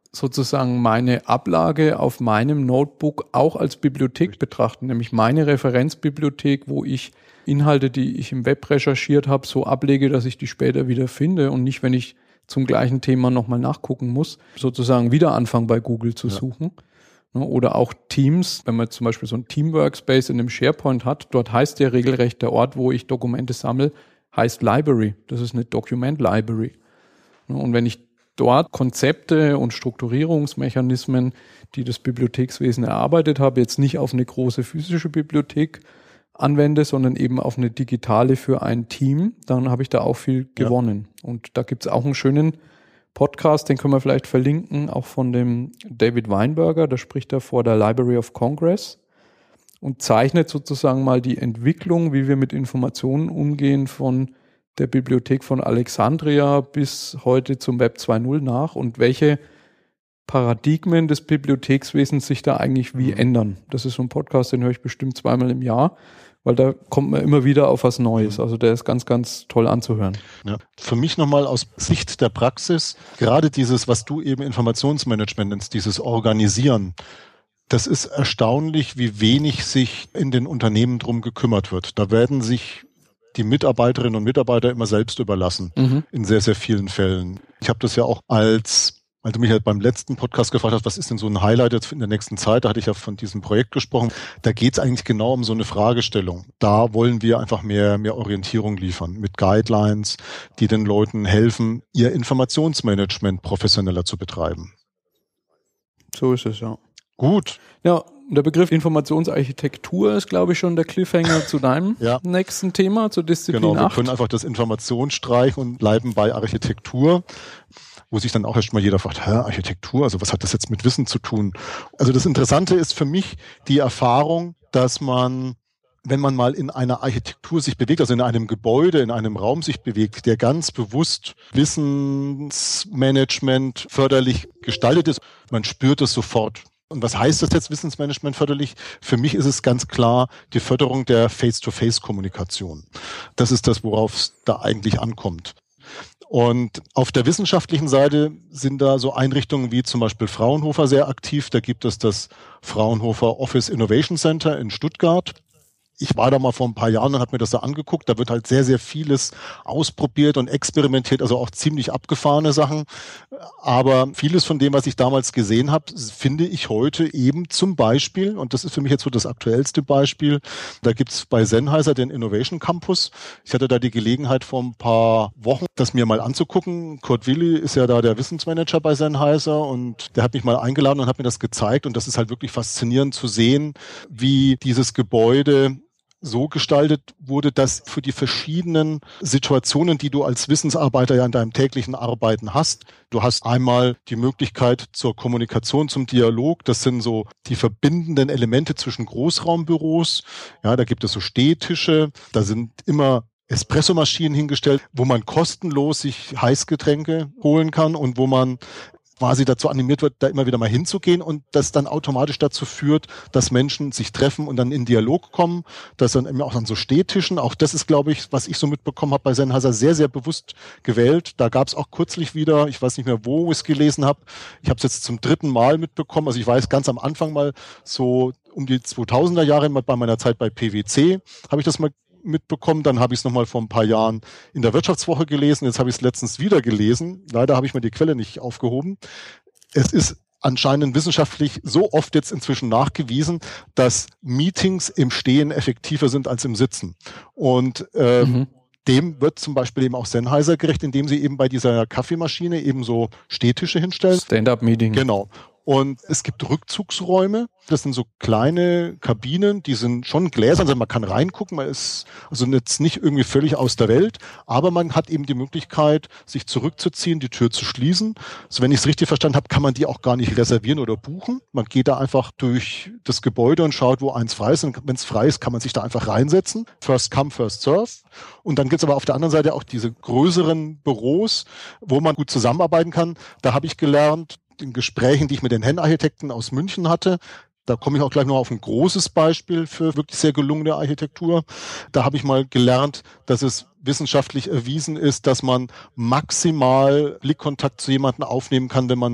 sozusagen meine Ablage auf meinem Notebook auch als Bibliothek betrachten, nämlich meine Referenzbibliothek, wo ich Inhalte, die ich im Web recherchiert habe, so ablege, dass ich die später wieder finde und nicht, wenn ich zum gleichen Thema nochmal nachgucken muss, sozusagen wieder anfangen bei Google zu suchen. Oder auch Teams, wenn man zum Beispiel so ein Team-Workspace in einem SharePoint hat, dort heißt ja regelrecht der Ort, wo ich Dokumente sammle, heißt Library. Das ist eine Document Library. Und wenn ich dort Konzepte und Strukturierungsmechanismen, die das Bibliothekswesen erarbeitet habe, jetzt nicht auf eine große physische Bibliothek anwende, sondern eben auf eine digitale für ein Team, dann habe ich da auch viel gewonnen. Und da gibt es auch einen schönen Podcast, den können wir vielleicht verlinken, auch von dem David Weinberger, da spricht er vor der Library of Congress und zeichnet sozusagen mal die Entwicklung, wie wir mit Informationen umgehen, von der Bibliothek von Alexandria bis heute zum Web 2.0 nach und welche Paradigmen des Bibliothekswesens sich da eigentlich wie ändern. Das ist so ein Podcast, den höre ich bestimmt 2-mal im Jahr, weil da kommt man immer wieder auf was Neues. Also der ist ganz, ganz toll anzuhören. Ja. Für mich nochmal aus Sicht der Praxis, gerade dieses, was du eben Informationsmanagement nennst, dieses Organisieren, das ist erstaunlich, wie wenig sich in den Unternehmen drum gekümmert wird. Da werden sich die Mitarbeiterinnen und Mitarbeiter immer selbst überlassen, in sehr, sehr vielen Fällen. Ich habe das ja auch weil du mich halt beim letzten Podcast gefragt hast, was ist denn so ein Highlight jetzt in der nächsten Zeit, da hatte ich ja von diesem Projekt gesprochen, da geht es eigentlich genau um so eine Fragestellung. Da wollen wir einfach mehr Orientierung liefern mit Guidelines, die den Leuten helfen, ihr Informationsmanagement professioneller zu betreiben. So ist es, ja. Gut. Ja, der Begriff Informationsarchitektur ist, glaube ich, schon der Cliffhanger zu deinem nächsten Thema, zur Disziplin 8. Genau, wir können einfach das Information streichen und bleiben bei Architektur, wo sich dann auch erstmal jeder fragt, Architektur, also was hat das jetzt mit Wissen zu tun? Also das Interessante ist für mich die Erfahrung, dass man, wenn man mal in einer Architektur sich bewegt, also in einem Gebäude, in einem Raum sich bewegt, der ganz bewusst Wissensmanagement förderlich gestaltet ist, man spürt es sofort. Und was heißt das jetzt, Wissensmanagement förderlich? Für mich ist es ganz klar die Förderung der Face-to-Face-Kommunikation. Das ist das, worauf es da eigentlich ankommt. Und auf der wissenschaftlichen Seite sind da so Einrichtungen wie zum Beispiel Fraunhofer sehr aktiv. Da gibt es das Fraunhofer Office Innovation Center in Stuttgart. Ich war da mal vor ein paar Jahren und habe mir das da angeguckt. Da wird halt sehr, sehr vieles ausprobiert und experimentiert, also auch ziemlich abgefahrene Sachen. Aber vieles von dem, was ich damals gesehen habe, finde ich heute eben zum Beispiel, und das ist für mich jetzt so das aktuellste Beispiel, da gibt's bei Sennheiser den Innovation Campus. Ich hatte da die Gelegenheit vor ein paar Wochen, das mir mal anzugucken. Kurt Willi ist ja da der Wissensmanager bei Sennheiser und der hat mich mal eingeladen und hat mir das gezeigt. Und das ist halt wirklich faszinierend zu sehen, wie dieses Gebäude so gestaltet wurde, dass für die verschiedenen Situationen, die du als Wissensarbeiter ja in deinem täglichen Arbeiten hast, du hast einmal die Möglichkeit zur Kommunikation, zum Dialog. Das sind so die verbindenden Elemente zwischen Großraumbüros. Ja, da gibt es so Stehtische, da sind immer Espressomaschinen hingestellt, wo man kostenlos sich Heißgetränke holen kann und wo man quasi dazu animiert wird, da immer wieder mal hinzugehen und das dann automatisch dazu führt, dass Menschen sich treffen und dann in Dialog kommen. Das dann immer auch an so Stehtischen. Auch das ist, glaube ich, was ich so mitbekommen habe bei Sennheiser, sehr, sehr bewusst gewählt. Da gab es auch kürzlich wieder, ich weiß nicht mehr, wo ich es gelesen habe. Ich habe es jetzt zum 3. Mal mitbekommen. Also ich weiß ganz am Anfang mal so um die 2000er Jahre bei meiner Zeit bei PwC habe ich das mal mitbekommen. Dann habe ich es nochmal vor ein paar Jahren in der Wirtschaftswoche gelesen. Jetzt habe ich es letztens wieder gelesen. Leider habe ich mir die Quelle nicht aufgehoben. Es ist anscheinend wissenschaftlich so oft jetzt inzwischen nachgewiesen, dass Meetings im Stehen effektiver sind als im Sitzen. Und dem wird zum Beispiel eben auch Sennheiser gerecht, indem sie eben bei dieser Kaffeemaschine eben so Stehtische hinstellen. Stand-up-Meeting. Genau. Und es gibt Rückzugsräume, das sind so kleine Kabinen, die sind schon gläsern, also man kann reingucken, man ist also jetzt nicht irgendwie völlig aus der Welt, aber man hat eben die Möglichkeit, sich zurückzuziehen, die Tür zu schließen. Also wenn ich es richtig verstanden habe, kann man die auch gar nicht reservieren oder buchen. Man geht da einfach durch das Gebäude und schaut, wo eins frei ist. Und wenn es frei ist, kann man sich da einfach reinsetzen. First come, first serve. Und dann gibt es aber auf der anderen Seite auch diese größeren Büros, wo man gut zusammenarbeiten kann. Da habe ich gelernt, in Gesprächen, die ich mit den Hen-Architekten aus München hatte, da komme ich auch gleich noch auf ein großes Beispiel für wirklich sehr gelungene Architektur. Da habe ich mal gelernt, dass es wissenschaftlich erwiesen ist, dass man maximal Blickkontakt zu jemandem aufnehmen kann, wenn man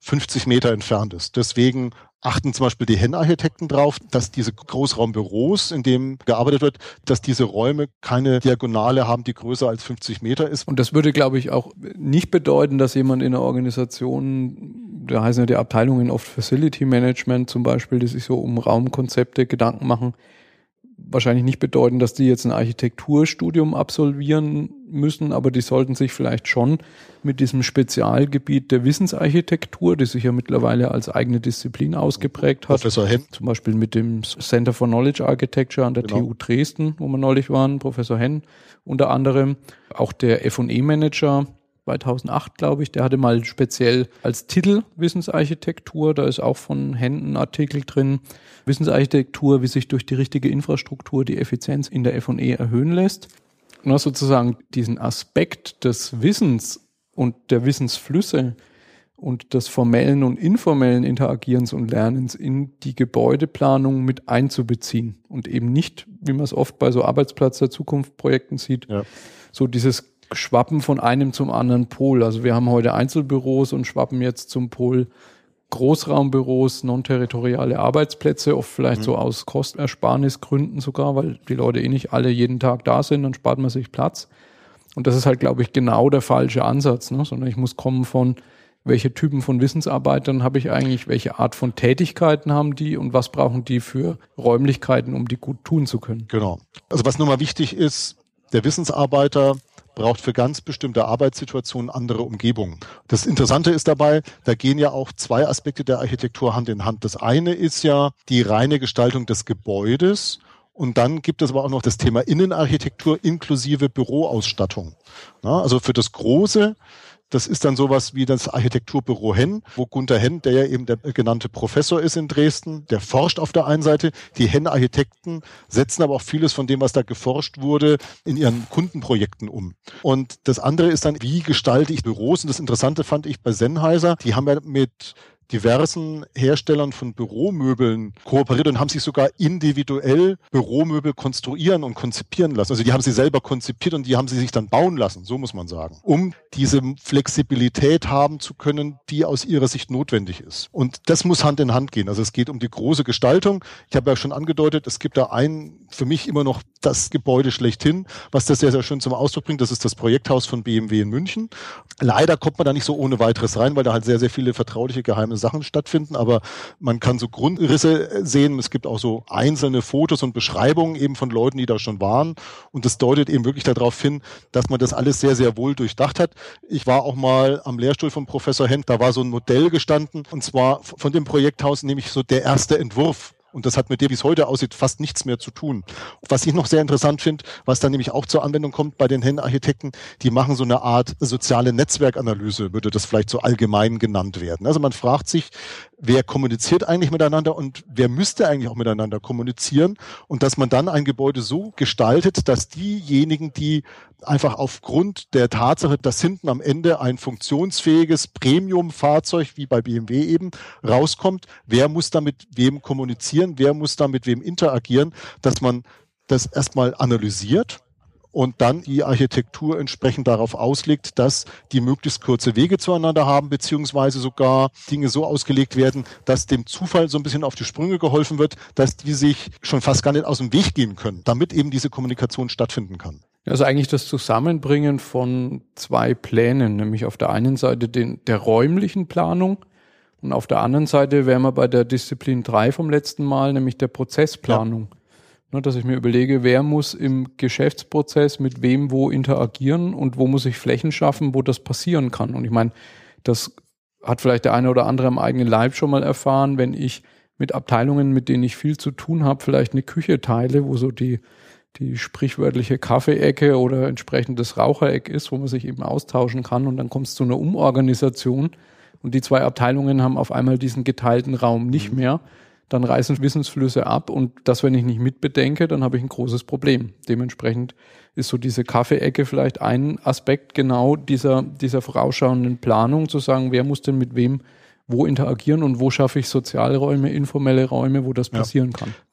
50 Meter entfernt ist. Deswegen achten zum Beispiel die Hen-Architekten drauf, dass diese Großraumbüros, in denen gearbeitet wird, dass diese Räume keine Diagonale haben, die größer als 50 Meter ist. Und das würde, glaube ich, auch nicht bedeuten, dass jemand in einer Organisation, da heißen ja die Abteilungen oft Facility Management zum Beispiel, die sich so um Raumkonzepte Gedanken machen, wahrscheinlich nicht bedeuten, dass die jetzt ein Architekturstudium absolvieren müssen, aber die sollten sich vielleicht schon mit diesem Spezialgebiet der Wissensarchitektur, die sich ja mittlerweile als eigene Disziplin ausgeprägt hat, Professor Henn, zum Beispiel mit dem Center for Knowledge Architecture an der TU Dresden, wo wir neulich waren, Professor Henn unter anderem, auch der F&E-Manager 2008, glaube ich, der hatte mal speziell als Titel Wissensarchitektur, da ist auch von Henn ein Artikel drin, Wissensarchitektur, wie sich durch die richtige Infrastruktur die Effizienz in der F&E erhöhen lässt. Und sozusagen diesen Aspekt des Wissens und der Wissensflüsse und des formellen und informellen Interagierens und Lernens in die Gebäudeplanung mit einzubeziehen und eben nicht, wie man es oft bei so Arbeitsplatz der Zukunft Projekten sieht, so dieses Schwappen von einem zum anderen Pol. Also wir haben heute Einzelbüros und schwappen jetzt zum Pol Großraumbüros, non-territoriale Arbeitsplätze, oft vielleicht so aus Kostenersparnisgründen sogar, weil die Leute nicht alle jeden Tag da sind, dann spart man sich Platz. Und das ist halt, glaube ich, genau der falsche Ansatz, ne? Sondern ich muss kommen von, welche Typen von Wissensarbeitern habe ich eigentlich, welche Art von Tätigkeiten haben die und was brauchen die für Räumlichkeiten, um die gut tun zu können. Genau. Also was nochmal wichtig ist, der Wissensarbeiter braucht für ganz bestimmte Arbeitssituationen andere Umgebungen. Das Interessante ist dabei, da gehen ja auch zwei Aspekte der Architektur Hand in Hand. Das eine ist ja die reine Gestaltung des Gebäudes und dann gibt es aber auch noch das Thema Innenarchitektur inklusive Büroausstattung. Ja, also für das Große, das ist dann sowas wie das Architekturbüro Henn, wo Gunther Henn, der ja eben der genannte Professor ist in Dresden, der forscht auf der einen Seite. Die Henn-Architekten setzen aber auch vieles von dem, was da geforscht wurde, in ihren Kundenprojekten um. Und das andere ist dann, wie gestalte ich Büros? Und das Interessante fand ich bei Sennheiser, die haben ja mit diversen Herstellern von Büromöbeln kooperiert und haben sich sogar individuell Büromöbel konstruieren und konzipieren lassen. Also die haben sie selber konzipiert und die haben sie sich dann bauen lassen, so muss man sagen, um diese Flexibilität haben zu können, die aus ihrer Sicht notwendig ist. Und das muss Hand in Hand gehen. Also es geht um die große Gestaltung. Ich habe ja schon angedeutet, es gibt da für mich immer noch das Gebäude schlechthin, was das sehr, sehr schön zum Ausdruck bringt. Das ist das Projekthaus von BMW in München. Leider kommt man da nicht so ohne weiteres rein, weil da halt sehr, sehr viele vertrauliche, geheime Sachen stattfinden, aber man kann so Grundrisse sehen. Es gibt auch so einzelne Fotos und Beschreibungen eben von Leuten, die da schon waren und das deutet eben wirklich darauf hin, dass man das alles sehr, sehr wohl durchdacht hat. Ich war auch mal am Lehrstuhl von Professor Henn, da war so ein Modell gestanden und zwar von dem Projekthaus nämlich so der erste Entwurf. Und das hat mit dem, wie es heute aussieht, fast nichts mehr zu tun. Was ich noch sehr interessant finde, was dann nämlich auch zur Anwendung kommt bei den Henn-Architekten, die machen so eine Art soziale Netzwerkanalyse, würde das vielleicht so allgemein genannt werden. Also man fragt sich, wer kommuniziert eigentlich miteinander und wer müsste eigentlich auch miteinander kommunizieren und dass man dann ein Gebäude so gestaltet, dass diejenigen, die einfach aufgrund der Tatsache, dass hinten am Ende ein funktionsfähiges Premium-Fahrzeug, wie bei BMW eben, rauskommt, wer muss da mit wem kommunizieren, wer muss da mit wem interagieren, dass man das erstmal analysiert und dann die Architektur entsprechend darauf auslegt, dass die möglichst kurze Wege zueinander haben, beziehungsweise sogar Dinge so ausgelegt werden, dass dem Zufall so ein bisschen auf die Sprünge geholfen wird, dass die sich schon fast gar nicht aus dem Weg gehen können, damit eben diese Kommunikation stattfinden kann. Also eigentlich das Zusammenbringen von zwei Plänen, nämlich auf der einen Seite der räumlichen Planung und auf der anderen Seite wären wir bei der Disziplin 3 vom letzten Mal, nämlich der Prozessplanung. Ja. Dass ich mir überlege, wer muss im Geschäftsprozess mit wem wo interagieren und wo muss ich Flächen schaffen, wo das passieren kann. Und ich meine, das hat vielleicht der eine oder andere am eigenen Leib schon mal erfahren, wenn ich mit Abteilungen, mit denen ich viel zu tun habe, vielleicht eine Küche teile, wo so die sprichwörtliche Kaffeeecke oder entsprechendes Rauchereck ist, wo man sich eben austauschen kann und dann kommt es zu einer Umorganisation und die zwei Abteilungen haben auf einmal diesen geteilten Raum nicht mehr. Dann reißen Wissensflüsse ab und das, wenn ich nicht mitbedenke, dann habe ich ein großes Problem. Dementsprechend ist so diese Kaffeeecke vielleicht ein Aspekt genau dieser vorausschauenden Planung, zu sagen, wer muss denn mit wem wo interagieren und wo schaffe ich Sozialräume, informelle Räume, wo das passieren kann.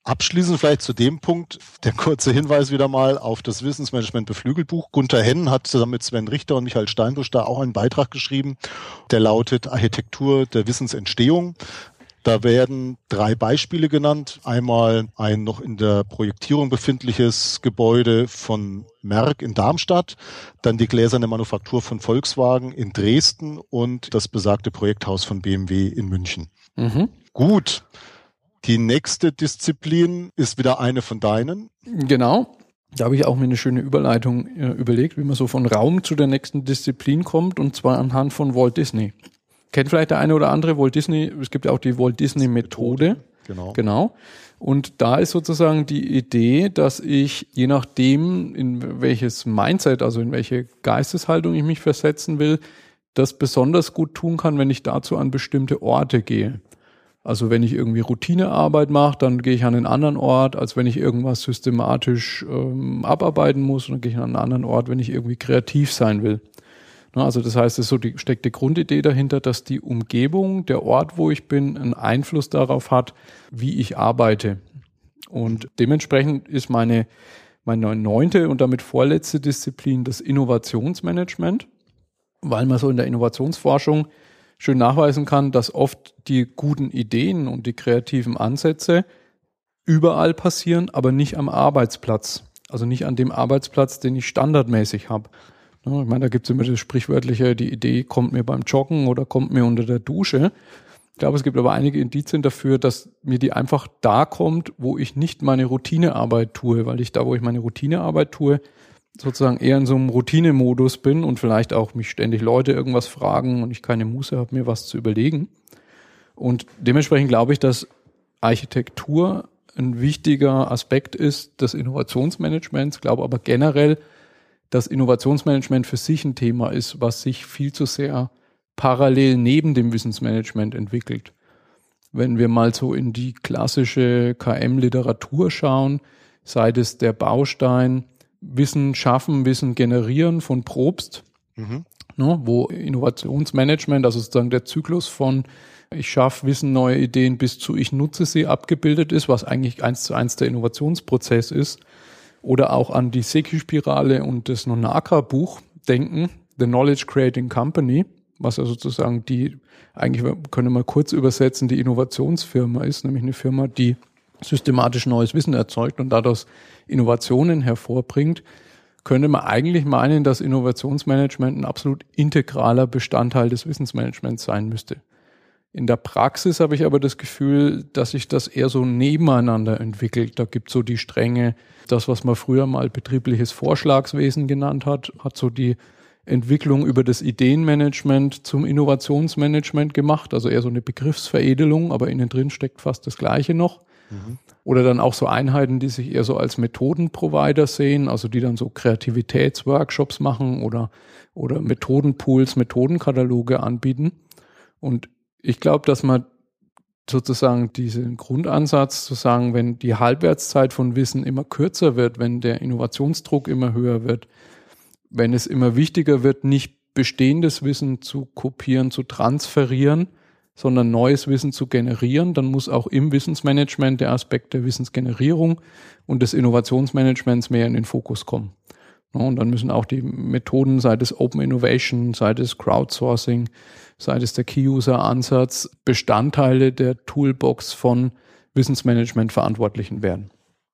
Abschließend vielleicht zu dem Punkt, der kurze Hinweis wieder mal auf das Wissensmanagement-Beflügelbuch. Gunter Henn hat zusammen mit Sven Richter und Michael Steinbusch da auch einen Beitrag geschrieben, der lautet Architektur der Wissensentstehung. Da werden 3 Beispiele genannt. Einmal ein noch in der Projektierung befindliches Gebäude von Merck in Darmstadt, dann die gläserne Manufaktur von Volkswagen in Dresden und das besagte Projekthaus von BMW in München. Mhm. Gut. Die nächste Disziplin ist wieder eine von deinen. Genau. Da habe ich auch mir eine schöne Überleitung überlegt, wie man so von Raum zu der nächsten Disziplin kommt, und zwar anhand von Walt Disney. Kennt vielleicht der eine oder andere Walt Disney, es gibt ja auch die Walt Disney Methode. Genau. Und da ist sozusagen die Idee, dass ich, je nachdem, in welches Mindset, also in welche Geisteshaltung ich mich versetzen will, das besonders gut tun kann, wenn ich dazu an bestimmte Orte gehe. Also wenn ich irgendwie Routinearbeit mache, dann gehe ich an einen anderen Ort, als wenn ich irgendwas systematisch abarbeiten muss, und dann gehe ich an einen anderen Ort, wenn ich irgendwie kreativ sein will. Na, also das heißt, es ist so die steckte Grundidee dahinter, dass die Umgebung, der Ort, wo ich bin, einen Einfluss darauf hat, wie ich arbeite. Und dementsprechend ist meine 9. und damit vorletzte Disziplin das Innovationsmanagement, weil man so in der Innovationsforschung schön nachweisen kann, dass oft die guten Ideen und die kreativen Ansätze überall passieren, aber nicht am Arbeitsplatz. Also nicht an dem Arbeitsplatz, den ich standardmäßig habe. Ich meine, da gibt es immer das sprichwörtliche, die Idee kommt mir beim Joggen oder kommt mir unter der Dusche. Ich glaube, es gibt aber einige Indizien dafür, dass mir die einfach da kommt, wo ich nicht meine Routinearbeit tue, weil ich da, wo ich meine Routinearbeit tue, sozusagen eher in so einem Routinemodus bin und vielleicht auch mich ständig Leute irgendwas fragen und ich keine Muße habe, mir was zu überlegen. Und dementsprechend glaube ich, dass Architektur ein wichtiger Aspekt ist des Innovationsmanagements. Ich glaube aber generell, dass Innovationsmanagement für sich ein Thema ist, was sich viel zu sehr parallel neben dem Wissensmanagement entwickelt. Wenn wir mal so in die klassische KM-Literatur schauen, sei es der Baustein Wissen schaffen, Wissen generieren von Probst, wo Innovationsmanagement, also sozusagen der Zyklus von ich schaffe Wissen, neue Ideen bis zu ich nutze sie abgebildet ist, was eigentlich 1:1 der Innovationsprozess ist. Oder auch an die Seki-Spirale und das Nonaka-Buch denken, The Knowledge Creating Company, was ja sozusagen eigentlich können wir kurz übersetzen, die Innovationsfirma ist, nämlich eine Firma, die systematisch neues Wissen erzeugt und dadurch Innovationen hervorbringt, könnte man eigentlich meinen, dass Innovationsmanagement ein absolut integraler Bestandteil des Wissensmanagements sein müsste. In der Praxis habe ich aber das Gefühl, dass sich das eher so nebeneinander entwickelt. Da gibt es so die Stränge, das, was man früher mal betriebliches Vorschlagswesen genannt hat so die Entwicklung über das Ideenmanagement zum Innovationsmanagement gemacht, also eher so eine Begriffsveredelung, aber innen drin steckt fast das Gleiche noch. Oder dann auch so Einheiten, die sich eher so als Methodenprovider sehen, also die dann so Kreativitätsworkshops machen oder Methodenpools, Methodenkataloge anbieten. Und ich glaube, dass man sozusagen diesen Grundansatz zu sagen, wenn die Halbwertszeit von Wissen immer kürzer wird, wenn der Innovationsdruck immer höher wird, wenn es immer wichtiger wird, nicht bestehendes Wissen zu kopieren, zu transferieren, sondern neues Wissen zu generieren, dann muss auch im Wissensmanagement der Aspekt der Wissensgenerierung und des Innovationsmanagements mehr in den Fokus kommen. Und dann müssen auch die Methoden, sei es Open Innovation, sei es Crowdsourcing, sei es der Key-User-Ansatz, Bestandteile der Toolbox von Wissensmanagement-Verantwortlichen werden.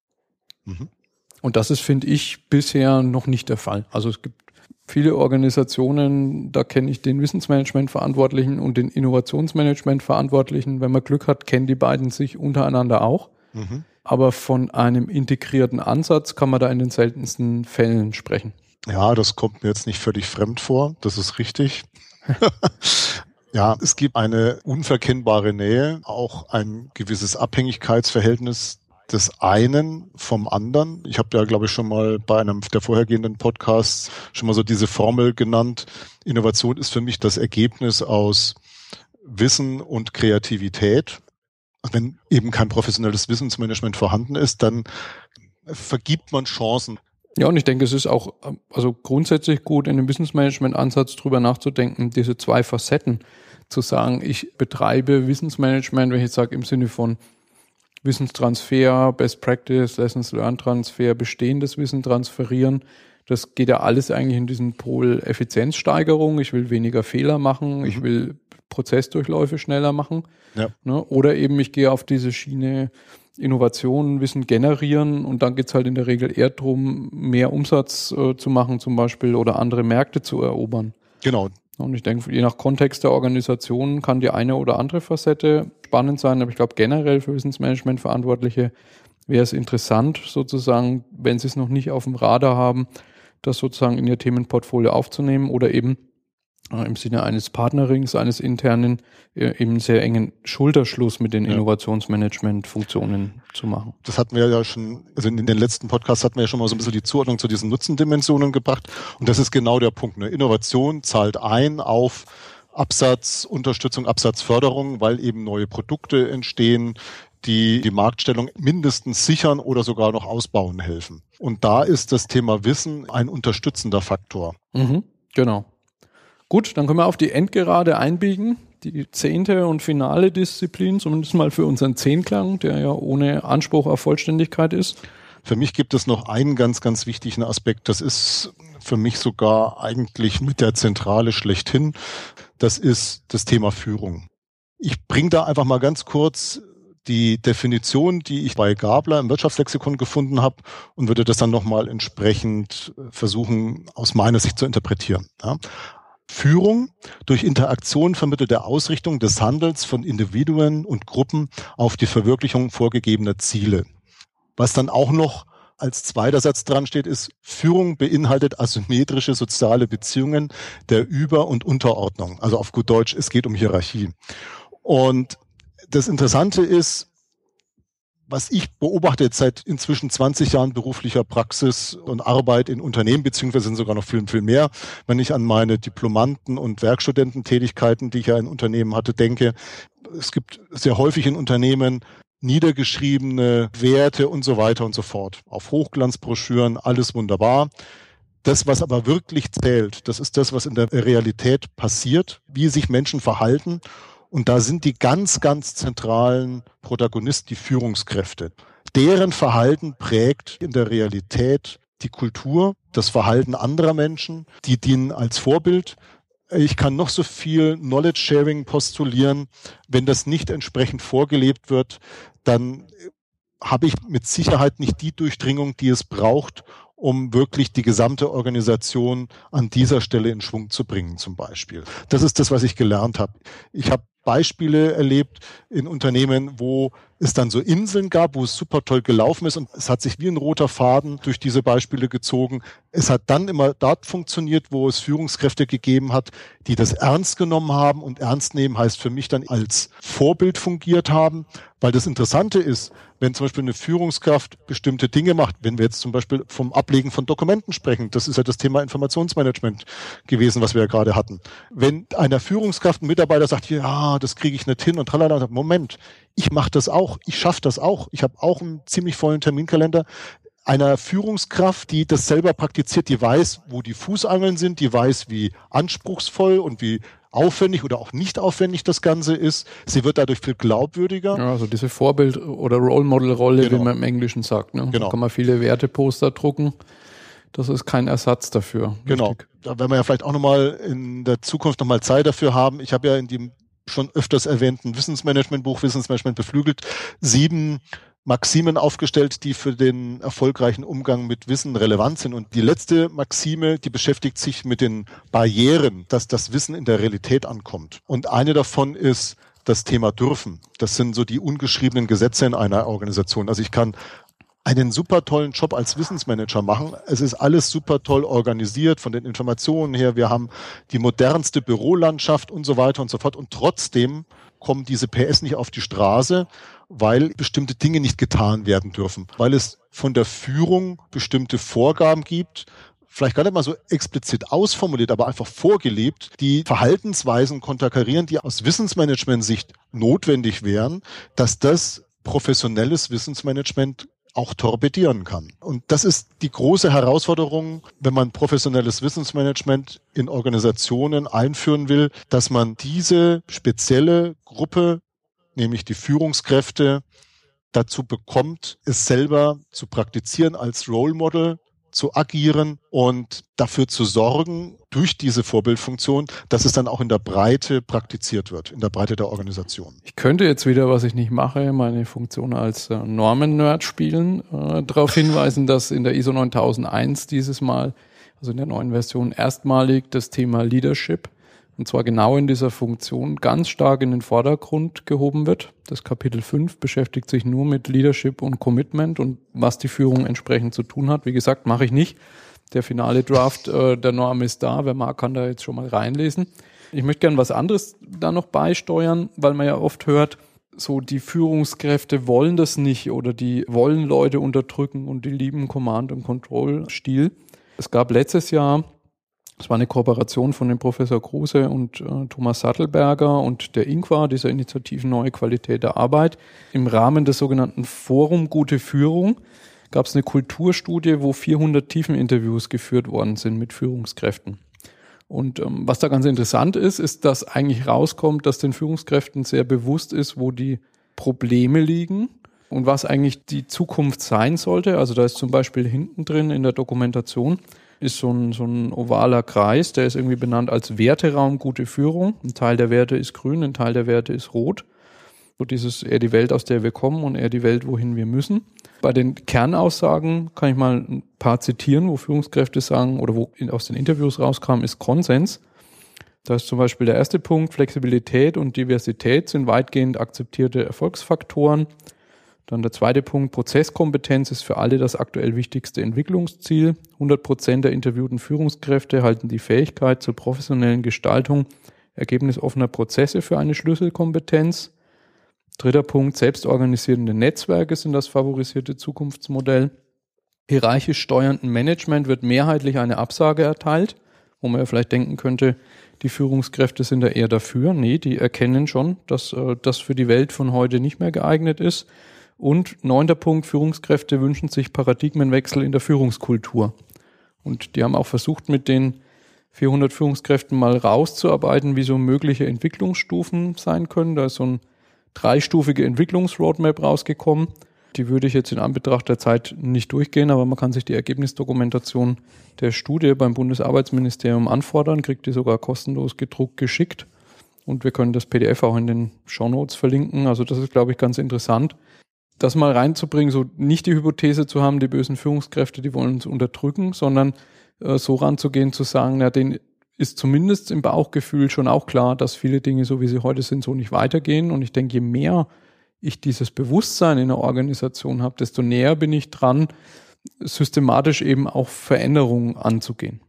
Und das ist, finde ich, bisher noch nicht der Fall. Also es gibt viele Organisationen, da kenne ich den Wissensmanagement-Verantwortlichen und den Innovationsmanagement-Verantwortlichen. Wenn man Glück hat, kennen die beiden sich untereinander auch. Aber von einem integrierten Ansatz kann man da in den seltensten Fällen sprechen. Ja, das kommt mir jetzt nicht völlig fremd vor. Das ist richtig. Ja, es gibt eine unverkennbare Nähe, auch ein gewisses Abhängigkeitsverhältnis des einen vom anderen. Ich habe ja, glaube ich, schon mal bei einem der vorhergehenden Podcasts schon mal so diese Formel genannt. Innovation ist für mich das Ergebnis aus Wissen und Kreativität. Wenn eben kein professionelles Wissensmanagement vorhanden ist, dann vergibt man Chancen. Ja, und ich denke, es ist auch also grundsätzlich gut, in dem Wissensmanagement-Ansatz drüber nachzudenken, diese 2 Facetten zu sagen, ich betreibe Wissensmanagement, wenn ich jetzt sage, im Sinne von Wissenstransfer, Best Practice, Lessons Learned Transfer, bestehendes Wissen transferieren. Das geht ja alles eigentlich in diesen Pol Effizienzsteigerung. Ich will weniger Fehler machen, ich will Prozessdurchläufe schneller machen. Ja. Ne? Oder eben ich gehe auf diese Schiene Innovationen, Wissen generieren und dann geht's halt in der Regel eher darum, mehr Umsatz zu machen zum Beispiel oder andere Märkte zu erobern. Genau. Und ich denke, je nach Kontext der Organisation kann die eine oder andere Facette spannend sein, aber ich glaube generell für Wissensmanagement-Verantwortliche wäre es interessant sozusagen, wenn sie es noch nicht auf dem Radar haben, das sozusagen in ihr Themenportfolio aufzunehmen oder eben im Sinne eines Partnerings, eines internen, eben sehr engen Schulterschluss mit den Innovationsmanagement-Funktionen zu machen. Das hatten wir ja schon, also in den letzten Podcasts hatten wir ja schon mal so ein bisschen die Zuordnung zu diesen Nutzendimensionen gebracht. Und das ist genau der Punkt. Ne? Innovation zahlt ein auf Absatzunterstützung, Absatzförderung, weil eben neue Produkte entstehen, die die Marktstellung mindestens sichern oder sogar noch ausbauen helfen. Und da ist das Thema Wissen ein unterstützender Faktor. Genau. Gut, dann können wir auf die Endgerade einbiegen. Die 10. und finale Disziplin, zumindest mal für unseren Zehnklang, der ja ohne Anspruch auf Vollständigkeit ist. Für mich gibt es noch einen ganz, ganz wichtigen Aspekt. Das ist für mich sogar eigentlich mit der Zentrale schlechthin. Das ist das Thema Führung. Ich bringe da einfach mal ganz kurz die Definition, die ich bei Gabler im Wirtschaftslexikon gefunden habe und würde das dann nochmal entsprechend versuchen, aus meiner Sicht zu interpretieren. Ja. Führung durch Interaktion vermittelte Ausrichtung des Handels von Individuen und Gruppen auf die Verwirklichung vorgegebener Ziele. Was dann auch noch als zweiter Satz dran steht, ist, Führung beinhaltet asymmetrische soziale Beziehungen der Über- und Unterordnung. Also auf gut Deutsch, es geht um Hierarchie. Und das Interessante ist, was ich beobachte jetzt seit inzwischen 20 Jahren beruflicher Praxis und Arbeit in Unternehmen, beziehungsweise sind sogar noch viel, viel mehr, wenn ich an meine Diplomanten- und Werkstudententätigkeiten, die ich ja in Unternehmen hatte, denke. Es gibt sehr häufig in Unternehmen niedergeschriebene Werte und so weiter und so fort. Auf Hochglanzbroschüren, alles wunderbar. Das, was aber wirklich zählt, das ist das, was in der Realität passiert, wie sich Menschen verhalten. Und da sind die ganz, ganz zentralen Protagonisten die Führungskräfte. Deren Verhalten prägt in der Realität die Kultur, das Verhalten anderer Menschen, die dienen als Vorbild. Ich kann noch so viel Knowledge-Sharing postulieren. Wenn das nicht entsprechend vorgelebt wird, dann habe ich mit Sicherheit nicht die Durchdringung, die es braucht, um wirklich die gesamte Organisation an dieser Stelle in Schwung zu bringen, zum Beispiel. Das ist das, was ich gelernt habe. Ich habe Beispiele erlebt in Unternehmen, wo es dann so Inseln gab, wo es super toll gelaufen ist und es hat sich wie ein roter Faden durch diese Beispiele gezogen. Es hat dann immer dort funktioniert, wo es Führungskräfte gegeben hat, die das ernst genommen haben, und ernst nehmen heißt für mich dann als Vorbild fungiert haben, weil das Interessante ist, wenn zum Beispiel eine Führungskraft bestimmte Dinge macht, wenn wir jetzt zum Beispiel vom Ablegen von Dokumenten sprechen, das ist ja das Thema Informationsmanagement gewesen, was wir ja gerade hatten. Wenn einer Führungskraft ein Mitarbeiter sagt, ja, das kriege ich nicht hin und tralala, Moment, ich mache das auch, ich schaffe das auch, ich habe auch einen ziemlich vollen Terminkalender. Einer Führungskraft, die das selber praktiziert, die weiß, wo die Fußangeln sind, die weiß, wie anspruchsvoll und wie aufwendig oder auch nicht aufwendig das Ganze ist. Sie wird dadurch viel glaubwürdiger. Ja, also diese Vorbild- oder Role-Model-Rolle, Genau. wie man im Englischen sagt. Ne? Genau. Da kann man viele Werteposter drucken. Das ist kein Ersatz dafür. Genau. Richtig. Da werden wir ja vielleicht auch nochmal in der Zukunft nochmal Zeit dafür haben. Ich habe ja in dem schon öfters erwähnten Wissensmanagement-Buch Wissensmanagement beflügelt 7 Maximen aufgestellt, die für den erfolgreichen Umgang mit Wissen relevant sind. Und die letzte Maxime, die beschäftigt sich mit den Barrieren, dass das Wissen in der Realität ankommt. Und eine davon ist das Thema Dürfen. Das sind so die ungeschriebenen Gesetze in einer Organisation. Also ich kann einen super tollen Job als Wissensmanager machen. Es ist alles super toll organisiert von den Informationen her. Wir haben die modernste Bürolandschaft und so weiter und so fort. Und trotzdem kommen diese PS nicht auf die Straße, weil bestimmte Dinge nicht getan werden dürfen. Weil es von der Führung bestimmte Vorgaben gibt, vielleicht gar nicht mal so explizit ausformuliert, aber einfach vorgelebt, die Verhaltensweisen konterkarieren, die aus Wissensmanagement-Sicht notwendig wären, dass das professionelles Wissensmanagement auch torpedieren kann. Und das ist die große Herausforderung, wenn man professionelles Wissensmanagement in Organisationen einführen will, dass man diese spezielle Gruppe, nämlich die Führungskräfte, dazu bekommt, es selber zu praktizieren, als Role Model zu agieren und dafür zu sorgen, durch diese Vorbildfunktion, dass es dann auch in der Breite praktiziert wird, in der Breite der Organisation. Ich könnte jetzt wieder, was ich nicht mache, meine Funktion als Normen-Nerd spielen, darauf hinweisen, dass in der ISO 9001 dieses Mal, also in der neuen Version, erstmalig das Thema Leadership, und zwar genau in dieser Funktion, ganz stark in den Vordergrund gehoben wird. Das Kapitel 5 beschäftigt sich nur mit Leadership und Commitment und was die Führung entsprechend zu tun hat. Wie gesagt, mache ich nicht. Der finale Draft der Norm ist da. Wer mag, kann da jetzt schon mal reinlesen. Ich möchte gerne was anderes da noch beisteuern, weil man ja oft hört, so die Führungskräfte wollen das nicht oder die wollen Leute unterdrücken und die lieben Command- und Control-Stil. Es gab letztes Jahr, es war eine Kooperation von dem Professor Kruse und Thomas Sattelberger und der INQA, dieser Initiative Neue Qualität der Arbeit. Im Rahmen des sogenannten Forum Gute Führung gab es eine Kulturstudie, wo 400 Tiefeninterviews geführt worden sind mit Führungskräften. Und was da ganz interessant ist, ist, dass eigentlich rauskommt, dass den Führungskräften sehr bewusst ist, wo die Probleme liegen und was eigentlich die Zukunft sein sollte. Also da ist zum Beispiel hinten drin in der Dokumentation ist so ein ovaler Kreis, der ist irgendwie benannt als Werteraum gute Führung. Ein Teil der Werte ist grün, ein Teil der Werte ist rot. So dieses eher die Welt, aus der wir kommen und eher die Welt, wohin wir müssen. Bei den Kernaussagen kann ich mal ein paar zitieren, wo Führungskräfte sagen oder wo aus den Interviews rauskam, ist Konsens. Da ist zum Beispiel der erste Punkt, Flexibilität und Diversität sind weitgehend akzeptierte Erfolgsfaktoren. Dann der zweite Punkt, Prozesskompetenz ist für alle das aktuell wichtigste Entwicklungsziel. 100% der interviewten Führungskräfte halten die Fähigkeit zur professionellen Gestaltung ergebnisoffener Prozesse für eine Schlüsselkompetenz. Dritter Punkt, selbstorganisierende Netzwerke sind das favorisierte Zukunftsmodell. Hierarchisch steuernden Management wird mehrheitlich eine Absage erteilt, wo man ja vielleicht denken könnte, die Führungskräfte sind da eher dafür. Nee, die erkennen schon, dass das für die Welt von heute nicht mehr geeignet ist. Und 9. Punkt, Führungskräfte wünschen sich Paradigmenwechsel in der Führungskultur. Und die haben auch versucht, mit den 400 Führungskräften mal rauszuarbeiten, wie so mögliche Entwicklungsstufen sein können. Da ist so ein 3-stufige Entwicklungsroadmap rausgekommen. Die würde ich jetzt in Anbetracht der Zeit nicht durchgehen, aber man kann sich die Ergebnisdokumentation der Studie beim Bundesarbeitsministerium anfordern, kriegt die sogar kostenlos gedruckt geschickt. Und wir können das PDF auch in den Shownotes verlinken. Also das ist, glaube ich, ganz interessant, das mal reinzubringen, so nicht die Hypothese zu haben, die bösen Führungskräfte, die wollen uns unterdrücken, sondern so ranzugehen, zu sagen, ja, denen ist zumindest im Bauchgefühl schon auch klar, dass viele Dinge, so wie sie heute sind, so nicht weitergehen. Und ich denke, je mehr ich dieses Bewusstsein in der Organisation habe, desto näher bin ich dran, systematisch eben auch Veränderungen anzugehen.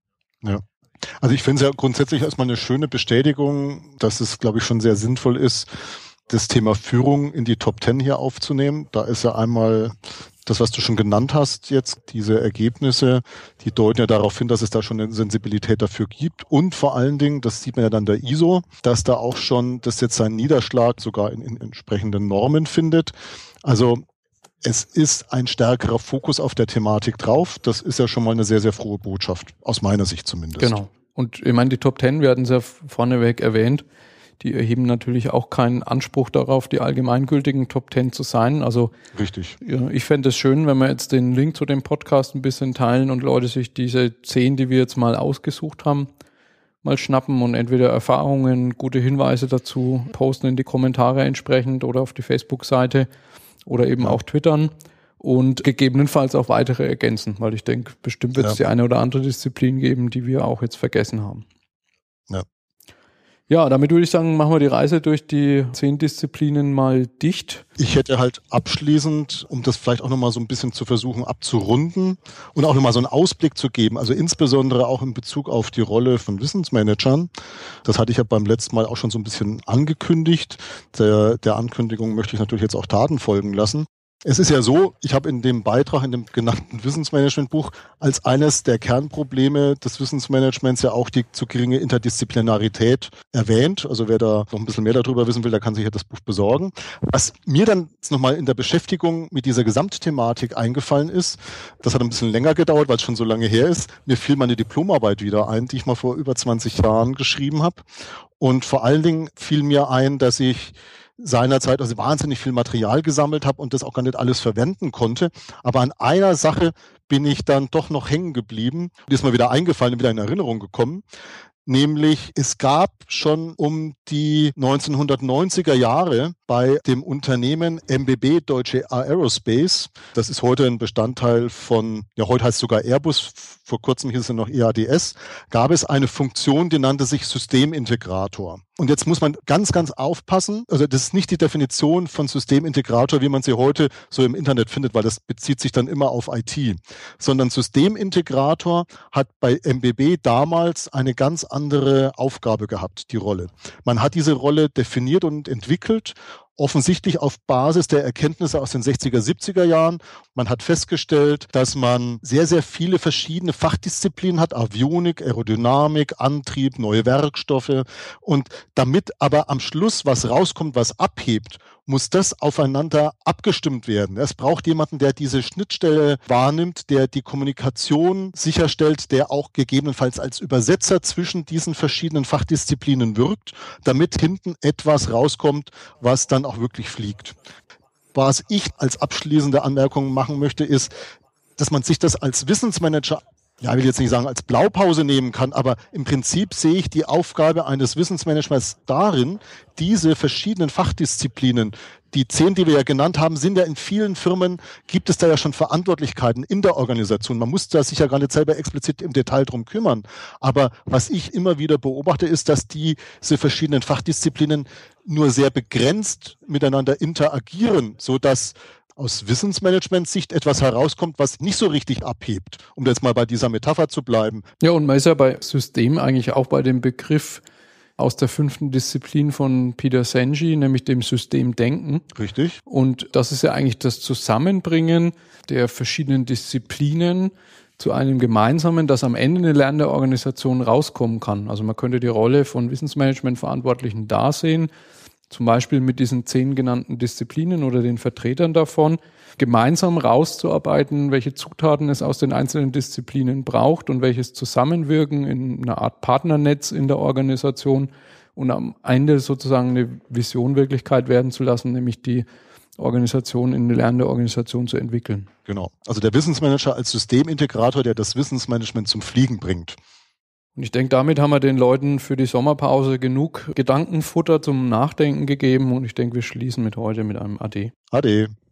Ja. Also ich finde es ja grundsätzlich erstmal eine schöne Bestätigung, dass es, glaube ich, schon sehr sinnvoll ist, das Thema Führung in die Top 10 hier aufzunehmen. Da ist ja einmal das, was du schon genannt hast jetzt, diese Ergebnisse, die deuten ja darauf hin, dass es da schon eine Sensibilität dafür gibt. Und vor allen Dingen, das sieht man ja dann der ISO, dass da auch schon das jetzt seinen Niederschlag sogar in entsprechenden Normen findet. Also es ist ein stärkerer Fokus auf der Thematik drauf. Das ist ja schon mal eine sehr, sehr frohe Botschaft, aus meiner Sicht zumindest. Genau. Und ich meine, die Top 10, wir hatten es ja vorneweg erwähnt, die erheben natürlich auch keinen Anspruch darauf, die allgemeingültigen Top 10 zu sein. Also richtig. Ich fände es schön, wenn wir jetzt den Link zu dem Podcast ein bisschen teilen und Leute sich diese 10, die wir jetzt mal ausgesucht haben, mal schnappen und entweder Erfahrungen, gute Hinweise dazu posten in die Kommentare entsprechend oder auf die Facebook-Seite oder eben auch twittern und gegebenenfalls auch weitere ergänzen, weil ich denke, bestimmt wird es die eine oder andere Disziplin geben, die wir auch jetzt vergessen haben. Ja. Ja, damit würde ich sagen, machen wir die Reise durch die 10 Disziplinen mal dicht. Ich hätte halt abschließend, um das vielleicht auch nochmal so ein bisschen zu versuchen abzurunden und auch nochmal so einen Ausblick zu geben, also insbesondere auch in Bezug auf die Rolle von Wissensmanagern. Das hatte ich ja beim letzten Mal auch schon so ein bisschen angekündigt. Der Ankündigung möchte ich natürlich jetzt auch Taten folgen lassen. Es ist ja so, ich habe in dem Beitrag, in dem genannten Wissensmanagement-Buch, als eines der Kernprobleme des Wissensmanagements ja auch die zu geringe Interdisziplinarität erwähnt. Also wer da noch ein bisschen mehr darüber wissen will, der kann sich ja das Buch besorgen. Was mir dann nochmal in der Beschäftigung mit dieser Gesamtthematik eingefallen ist, das hat ein bisschen länger gedauert, weil es schon so lange her ist. Mir fiel meine Diplomarbeit wieder ein, die ich mal vor über 20 Jahren geschrieben habe. Und vor allen Dingen fiel mir ein, dass ich seinerzeit also wahnsinnig viel Material gesammelt habe und das auch gar nicht alles verwenden konnte. Aber an einer Sache bin ich dann doch noch hängen geblieben. Die ist mir wieder eingefallen und wieder in Erinnerung gekommen. Nämlich, es gab schon um die 1990er Jahre bei dem Unternehmen MBB Deutsche Aerospace, das ist heute ein Bestandteil von, ja heute heißt es sogar Airbus, vor kurzem hieß es noch EADS, gab es eine Funktion, die nannte sich Systemintegrator. Und jetzt muss man ganz, ganz aufpassen, also das ist nicht die Definition von Systemintegrator, wie man sie heute so im Internet findet, weil das bezieht sich dann immer auf IT, sondern Systemintegrator hat bei MBB damals eine ganz andere Aufgabe gehabt, die Rolle. Man hat diese Rolle definiert und entwickelt, offensichtlich auf Basis der Erkenntnisse aus den 60er, 70er Jahren. Man hat festgestellt, dass man sehr, sehr viele verschiedene Fachdisziplinen hat, Avionik, Aerodynamik, Antrieb, neue Werkstoffe. Und damit aber am Schluss was rauskommt, was abhebt, muss das aufeinander abgestimmt werden. Es braucht jemanden, der diese Schnittstelle wahrnimmt, der die Kommunikation sicherstellt, der auch gegebenenfalls als Übersetzer zwischen diesen verschiedenen Fachdisziplinen wirkt, damit hinten etwas rauskommt, was dann auch wirklich fliegt. Was ich als abschließende Anmerkung machen möchte, ist, dass man sich das als Wissensmanager, ja, ich will jetzt nicht sagen, als Blaupause nehmen kann, aber im Prinzip sehe ich die Aufgabe eines Wissensmanagements darin, diese verschiedenen Fachdisziplinen, die 10, die wir ja genannt haben, sind ja in vielen Firmen, gibt es da ja schon Verantwortlichkeiten in der Organisation. Man muss da sich ja gar nicht selber explizit im Detail drum kümmern. Aber was ich immer wieder beobachte, ist, dass diese verschiedenen Fachdisziplinen nur sehr begrenzt miteinander interagieren, sodass aus Wissensmanagement-Sicht etwas herauskommt, was nicht so richtig abhebt, um jetzt mal bei dieser Metapher zu bleiben. Ja, und man ist ja bei System eigentlich auch bei dem Begriff aus der 5. Disziplin von Peter Senge, nämlich dem Systemdenken. Richtig. Und das ist ja eigentlich das Zusammenbringen der verschiedenen Disziplinen zu einem gemeinsamen, dass am Ende eine lernende Organisation rauskommen kann. Also man könnte die Rolle von Wissensmanagement-Verantwortlichen da sehen, zum Beispiel mit diesen 10 genannten Disziplinen oder den Vertretern davon, gemeinsam rauszuarbeiten, welche Zutaten es aus den einzelnen Disziplinen braucht und welches Zusammenwirken in einer Art Partnernetz in der Organisation und am Ende sozusagen eine Vision Wirklichkeit werden zu lassen, nämlich die Organisation in eine lernende Organisation zu entwickeln. Genau. Also der Wissensmanager als Systemintegrator, der das Wissensmanagement zum Fliegen bringt. Und ich denke, damit haben wir den Leuten für die Sommerpause genug Gedankenfutter zum Nachdenken gegeben und ich denke, wir schließen mit heute mit einem Ade. Ade.